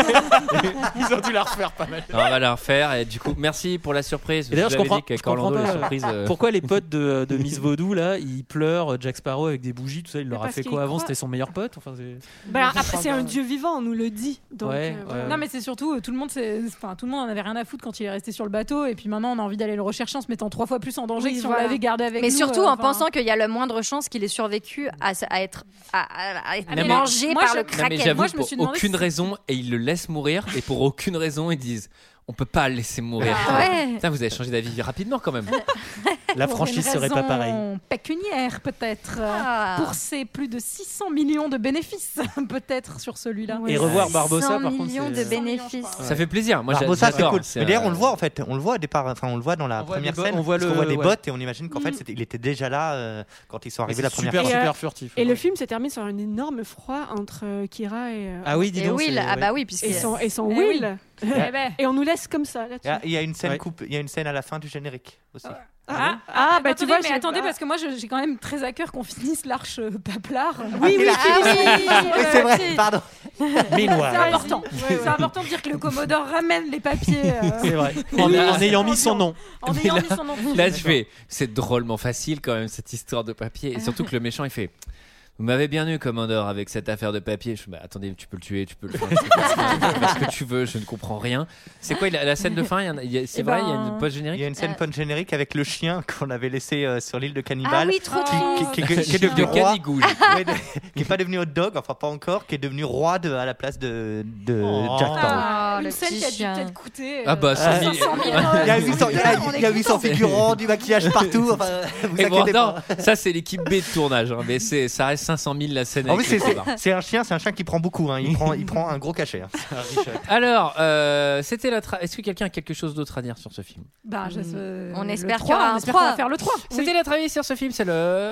Ils ont dû la refaire pas mal. Non, on va la refaire et du coup, merci pour la surprise. Et d'ailleurs, je vous avais comprends, dit qu'avec je comprends Orlando, pas, la surprise. euh, Pourquoi les potes de, de Miss Vaudou là, ils pleurent Jack Sparrow avec des bougies, tout ça, il leur a parce fait qu'ils quoi avant? croient- C'était son meilleur pote. Enfin, c'est... Bah, Je après, comprends c'est pas. un dieu vivant, on nous le dit. Donc, Ouais, euh, ouais, voilà. ouais. Non mais c'est surtout euh, tout le monde, c'est- enfin tout le monde en avait rien à foutre quand il est resté sur le bateau, et puis maintenant on a envie d'aller le rechercher en se mettant trois fois plus en danger Oui, que si voilà. on l'avait gardé avec Mais nous. surtout euh, en enfin. pensant qu'il y a la moindre chance qu'il ait survécu à, à être, à, à- à être Non, mais- mangé moi, par je- le non, Non, mais kraken. j'avoue, Moi, je me pour suis demandé aucune si- raison, et ils le laissent mourir, et pour aucune raison, ils disent on peut pas le laisser mourir. Ah ouais. Putain, vous avez changé d'avis rapidement quand même. La Pour franchise une serait pas raison pareille. pécuniaire peut-être. euh, Ah. Pour ses plus de six cents millions de bénéfices peut-être sur celui-là. Et revoir Barbossa, cent par contre, millions c'est- de bénéfices. Ça fait plaisir. Moi, Barbossa, c'est j'adore. cool. C'est, Mais d'ailleurs, euh, on le voit en fait. On le voit au départ. Enfin, on le voit dans la On voit première des bo- scène. on voit parce le- qu'on voit des ouais. bottes et on imagine qu'en fait, Mm. c'était- il était déjà là euh, quand ils sont arrivés C'est la première super, fois. Et, euh, super furtif. Et ouais. le film se termine sur un énorme froid entre euh, Kira et, euh, Ah oui, dis Et donc. Will, c'est- ah ouais. bah oui, puisque et son, et son Eh Will. Eh ben. Et on nous laisse comme ça Il y là-dessus. a- Il y a une scène Ouais. coupe. Il y a une scène à la fin du générique aussi. Ah, Ah, bah, tu attendez, vois, mais j'ai- attendez, ah. parce que moi je- j'ai quand même très à cœur qu'on finisse l'arche euh, Paplard. Oui, oui, Ah oui, Oui, c'est vrai. Pardon. C'est Meanwhile. important. C'est important de dire que le Commodore ramène les papiers euh, C'est vrai. En, en ayant mis son nom. en Mais ayant là- mis son nom. Là, je fais. C'est drôlement facile quand même cette histoire de papier. Et surtout que le méchant, il fait. Vous m'avez bien eu, Commandeur, avec cette affaire de papier. Je fais, bah, attendez, tu peux le tuer, tu peux le faire. Tu peux faire ce que tu veux, je ne comprends rien. C'est quoi la, la scène de fin il y en a- il y a- C'est Eh vrai, il y a ben, une post Il y générique. a une scène Euh. punch générique avec le chien qu'on avait laissé euh, sur l'île de Ah Cannibal. oui, trop Oh. triste. Qui, qui- qui- qui est devenu de roi. Canigouge. Ouais, de- qui est pas devenu hot dog, enfin pas encore, qui est devenu roi de, à la place de, de Oh. Jack Sparrow. Ah, le une scène petit qui a dû chien. peut-être coûter. Ah bah, euh, cent mille. cinq cent mille, Il y a euh, huit cents, il y a- on est il y a huit cents content. figurants, du maquillage partout. Enfin, vous Et bon, inquiétez non, pas. ça c'est l'équipe B de tournage, hein, mais c'est, ça reste cinq cent mille la scène. En avec plus, les c'est- c'est copains. c'est un chien, c'est un chien qui prend beaucoup. Hein. Il, prend, il prend un gros cachet. hein. Alors, euh, c'était la. Tra- Est-ce que quelqu'un a quelque chose d'autre à dire sur ce film? Bah, je- euh, On le espère trois, qu'il y aura on un espère qu'on va trois. faire le trois. C'était la travail sur ce film, c'est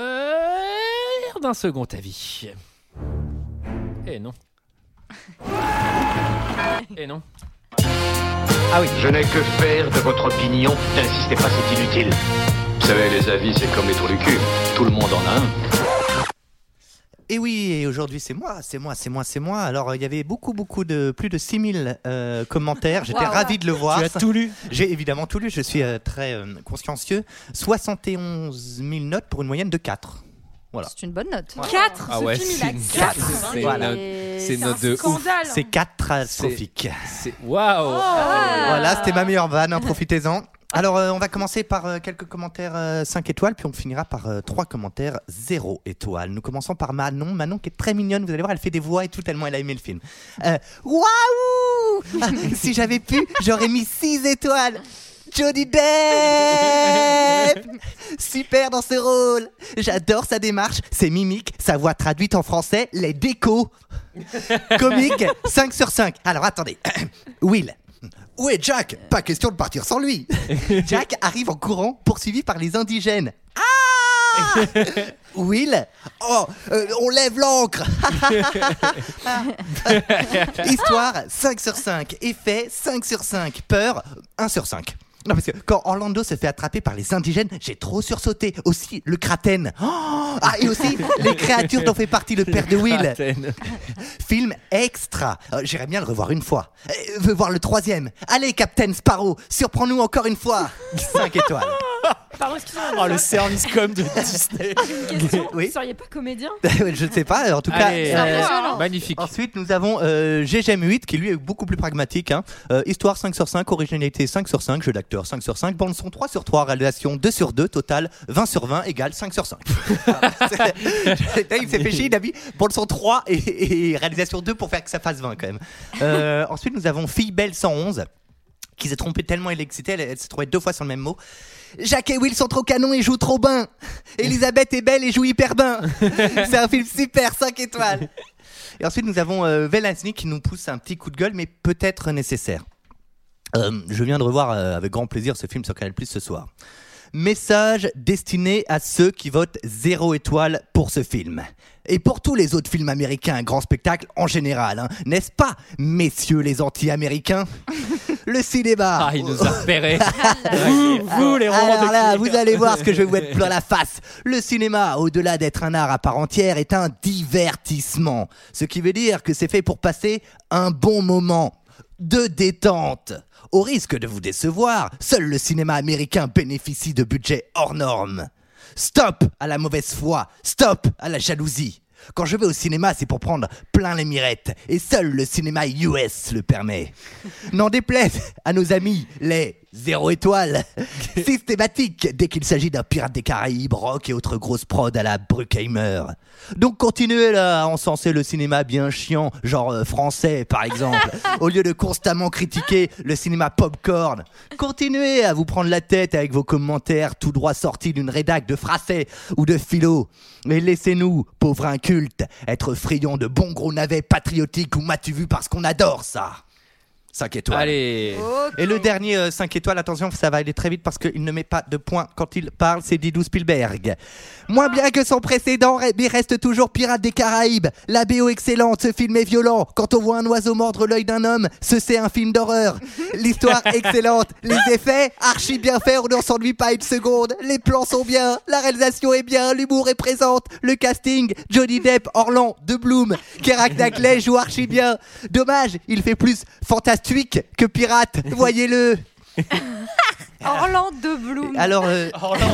l'heure d'un second avis. Et non. Et non. Ah oui. Je n'ai que faire de votre opinion. N'insistez pas, c'est inutile. Vous savez, les avis, c'est comme les trous du cul. Tout le monde en a un. Et oui, et aujourd'hui c'est moi, c'est moi, c'est moi, c'est moi. Alors euh, il y avait beaucoup, beaucoup de plus de six mille euh, commentaires. J'étais Wow. ravi de le voir. Tu as tout lu. J'ai évidemment tout lu. Je suis euh, très euh, consciencieux. soixante et onze mille notes pour une moyenne de quatre. Voilà. C'est une bonne note. quatre. Ah ce ouais, film, il c'est a une quatre. carte, c'est Voilà. une- Et c'est une un note de ouf. scandale. C'est catastrophique. C'est waouh. Ah. Voilà, c'était ma meilleure vanne. hein, profitez-en. Alors, euh, on va commencer par euh, quelques commentaires euh, cinq étoiles, puis on finira par euh, trois commentaires zéro étoiles. Nous commençons par Manon. Manon qui est très mignonne, vous allez voir, elle fait des voix et tout, tellement elle a aimé le film. Euh, Waouh Ah, si j'avais pu, j'aurais mis six étoiles. Johnny Depp super dans ce rôle. J'adore sa démarche, ses mimiques, sa voix traduite en français, les décos. Comique, cinq sur cinq. Alors attendez. Will. Où est Jack? Pas question de partir sans lui. Jack arrive en courant, poursuivi par les indigènes. Ah Will. Oh, euh, on lève l'ancre. Histoire, cinq sur cinq. Effet, cinq sur cinq. Peur, un sur cinq. Non, parce que quand Orlando se fait attraper par les indigènes, j'ai trop sursauté. Aussi, le Kraten. Oh ah, et aussi, les créatures dont fait partie le père de Will. Kraten. Film extra. Euh, J'irais bien le revoir une fois. Euh, veux voir le troisième. Allez, Captain Sparrow, surprends-nous encore une fois. cinq étoiles. Pardon, excusez-moi. Oh, le service com de Disney. Une question. Oui. Vous seriez pas comédien? Je ne sais pas, en tout cas. Allez, impressionnant. Magnifique. Ensuite, nous avons euh, G G M huit qui lui est beaucoup plus pragmatique. Hein. Euh, histoire cinq sur cinq, originalité cinq sur cinq, jeu d'acteur cinq sur cinq, bande son trois sur trois, réalisation deux sur deux, total vingt sur vingt égale cinq sur cinq. Il s'est fait chier, il a mis bande son trois et, et réalisation deux pour faire que ça fasse vingt quand même. Euh, ensuite, nous avons Fille Belle cent onze qui s'est trompée tellement elle est excitée, elle, elle s'est trouvée deux fois sur le même mot. Jacques et Will sont trop canons et jouent trop bien. Elisabeth est belle et joue hyper bien. C'est un film super, cinq étoiles. Et ensuite, nous avons euh, Velazny qui nous pousse un petit coup de gueule, mais peut-être nécessaire. Euh, je viens de revoir euh, avec grand plaisir ce film sur Canal plus ce soir. Message destiné à ceux qui votent zéro étoile pour ce film. Et pour tous les autres films américains, un grand spectacle en général, hein, n'est-ce pas, messieurs les anti-américains? Le cinéma. Ah, il nous a repérés. vous, vous, les romans Alors de là, cul. vous allez voir ce que je vais vous mettre plein la face. Le cinéma, au-delà d'être un art à part entière, est un divertissement. Ce qui veut dire que c'est fait pour passer un bon moment de détente. Au risque de vous décevoir, seul le cinéma américain bénéficie de budgets hors normes. Stop à la mauvaise foi, stop à la jalousie. Quand je vais au cinéma, c'est pour prendre plein les mirettes, et seul le cinéma U S le permet. N'en déplaise à nos amis les zéro étoiles, systématiques dès qu'il s'agit d'un Pirate des Caraïbes, rock et autres grosses prods à la Bruckheimer. Donc continuez là à encenser le cinéma bien chiant, genre euh, français par exemple, au lieu de constamment critiquer le cinéma popcorn. Continuez à vous prendre la tête avec vos commentaires tout droit sortis d'une rédac de français ou de philo. Et laissez-nous, pauvres incultes, être friands de bons gros navets patriotiques ou m'as-tu vu parce qu'on adore ça. cinq étoiles. Allez. Et le dernier euh, cinq étoiles, attention, ça va aller très vite parce qu'il ne met pas de points quand il parle, c'est Didou Spielberg. Moins bien que son précédent, mais reste toujours Pirates des Caraïbes. La B O excellente, ce film est violent. Quand on voit un oiseau mordre l'œil d'un homme, ce c'est un film d'horreur. L'histoire excellente, les effets archi bien faits, on n'en s'ennuie pas une seconde. Les plans sont bien, la réalisation est bien, l'humour est présente. Le casting, Johnny Depp, Orlando de Bloom, Keira Knightley joue archi bien. Dommage, il fait plus fantastique que pirate, voyez-le. Orlando Bloom. Alors, euh,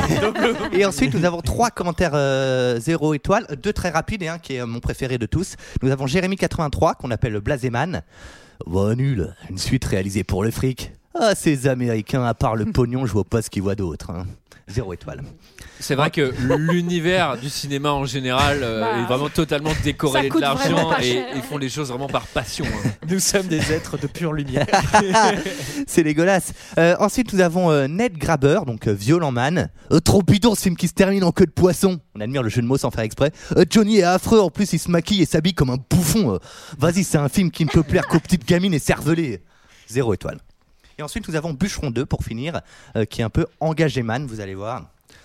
et ensuite nous avons trois commentaires euh, zéro étoile, deux très rapides et un qui est euh, mon préféré de tous. Nous avons Jérémy quatre-vingt-trois qu'on appelle le Blaséman. Bon, nul, une suite réalisée pour le fric. Ah, ces Américains, à part le pognon, je vois pas ce qu'ils voient d'autre. Hein. Zéro étoile. C'est vrai que l'univers du cinéma en général euh, Bah, est vraiment totalement décorrélé de coûte vraiment l'argent pas et cher. ils font les choses vraiment par passion. hein. Nous sommes des êtres de pure lumière. C'est dégueulasse. Euh, ensuite, nous avons euh, Ned Grabber, donc euh, Violent Man. Euh, trop bidon ce film qui se termine en queue de poisson. On admire le jeu de mots sans faire exprès. Euh, Johnny est affreux, en plus il se maquille et s'habille comme un bouffon. Euh, vas-y, c'est un film qui ne peut plaire qu'aux petites gamines et cervelées. Zéro étoile. Et ensuite, nous avons Bûcheron deux pour finir, euh, qui est un peu engagé man, vous allez voir.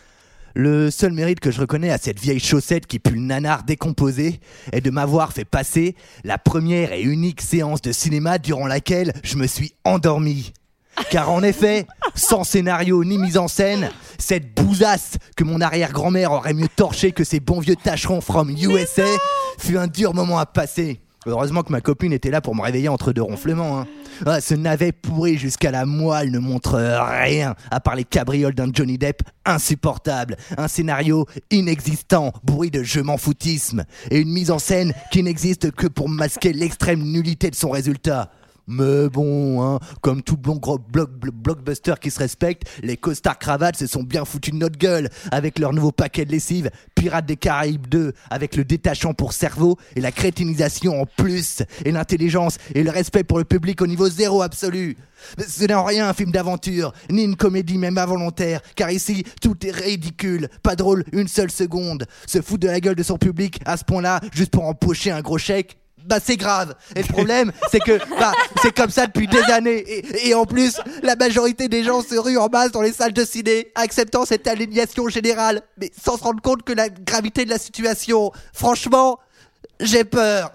Le seul mérite que je reconnais à cette vieille chaussette qui pue le nanar décomposé est de m'avoir fait passer la première et unique séance de cinéma durant laquelle je me suis endormi. Car en effet, sans scénario ni mise en scène, cette bousasse que mon arrière-grand-mère aurait mieux torché que ces bons vieux tâcherons from U S A fut un dur moment à passer. Heureusement que ma copine était là pour me réveiller entre deux ronflements. Hein. Ah, ce navet pourri jusqu'à la moelle ne montre rien, à part les cabrioles d'un Johnny Depp insupportable, un scénario inexistant, bourré de je m'en foutisme, et une mise en scène qui n'existe que pour masquer l'extrême nullité de son résultat. Mais bon, hein, comme tout bon gros block, block, blockbuster qui se respecte, les costards cravates se sont bien foutus de notre gueule avec leur nouveau paquet de lessive, Pirates des Caraïbes deux, avec le détachant pour cerveau et la crétinisation en plus, et l'intelligence et le respect pour le public au niveau zéro absolu. Ce n'est en rien un film d'aventure, ni une comédie même involontaire, car ici, tout est ridicule, pas drôle une seule seconde. Se foutre de la gueule de son public à ce point-là, juste pour empocher un gros chèque, bah c'est grave. Et le problème, c'est que bah, c'est comme ça depuis des années. Et, et en plus, la majorité des gens se ruent en masse dans les salles de ciné, acceptant cette aliénation générale, mais sans se rendre compte que la gravité de la situation. Franchement, j'ai peur.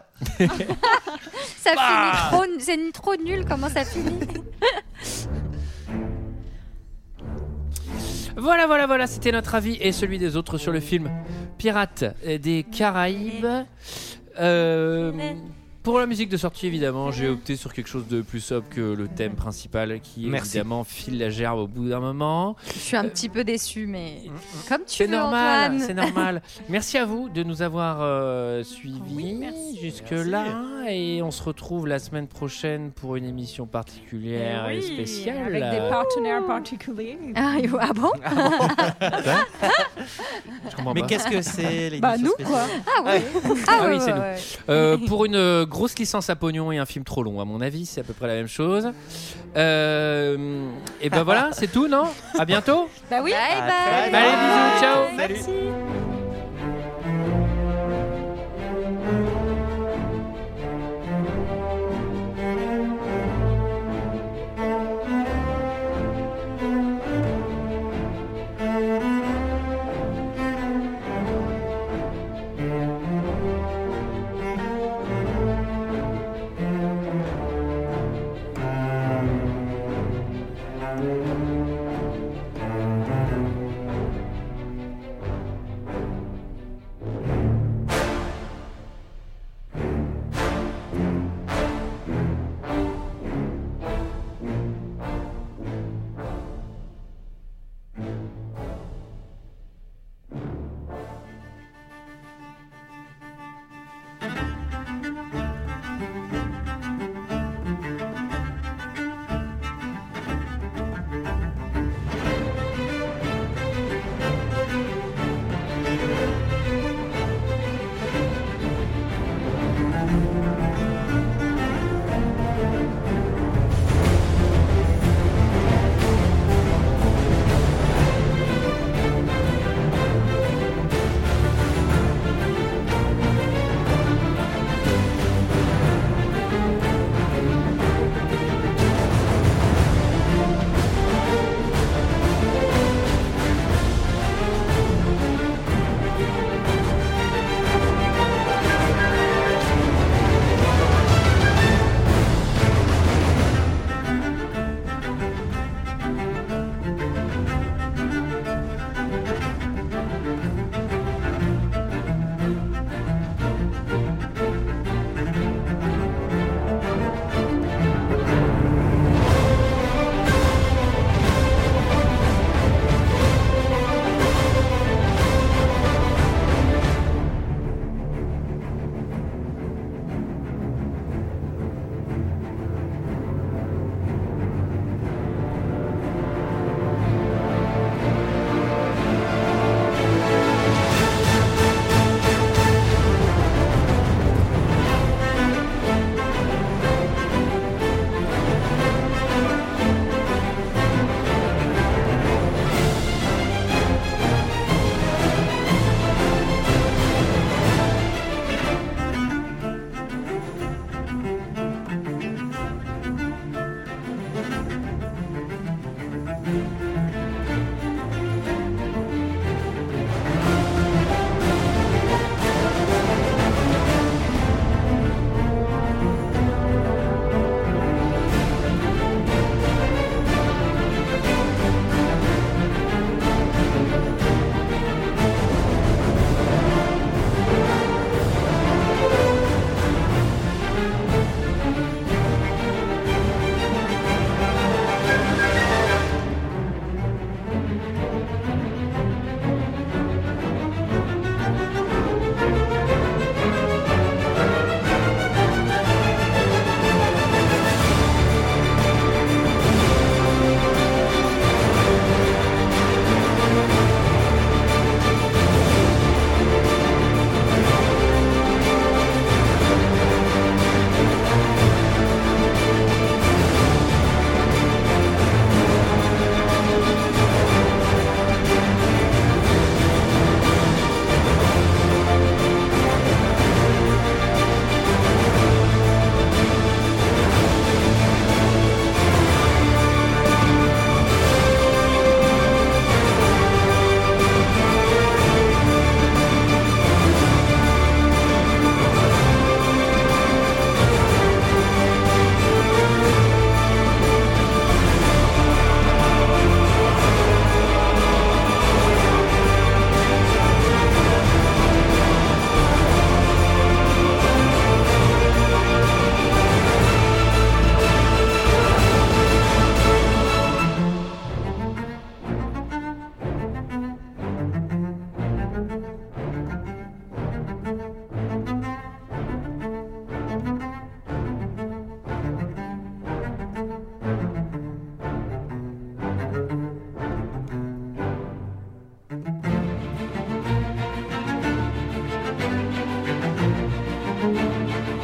Ça finit trop, c'est ni trop nul comment ça finit. Voilà, voilà, voilà, c'était notre avis et celui des autres sur le film Pirates des Caraïbes. Euh, Pour la musique de sortie, évidemment, j'ai opté sur quelque chose de plus sobre que le thème principal qui, Merci. évidemment, file la gerbe au bout d'un moment. Je suis un petit peu déçue, mais comme tu C'est veux, normal, Antoine. c'est normal. Merci à vous de nous avoir euh, suivis Oui, merci. jusque-là. Et on se retrouve la semaine prochaine pour une émission particulière Eh et oui, spéciale. avec des partenaires particuliers. Ah, et- ah bon Je comprends Mais pas. qu'est-ce que c'est l'émission Bah nous spéciale quoi. Ah oui. Ah oui, ouais, c'est ouais, nous. ouais. Euh, pour une euh, grosse licence à pognon et un film trop long, à mon avis, c'est à peu près la même chose. Euh, et ben voilà, c'est tout, non? À bientôt. Bah oui. Bye très bye. Allez, bisous, ciao. Merci.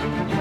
Thank you.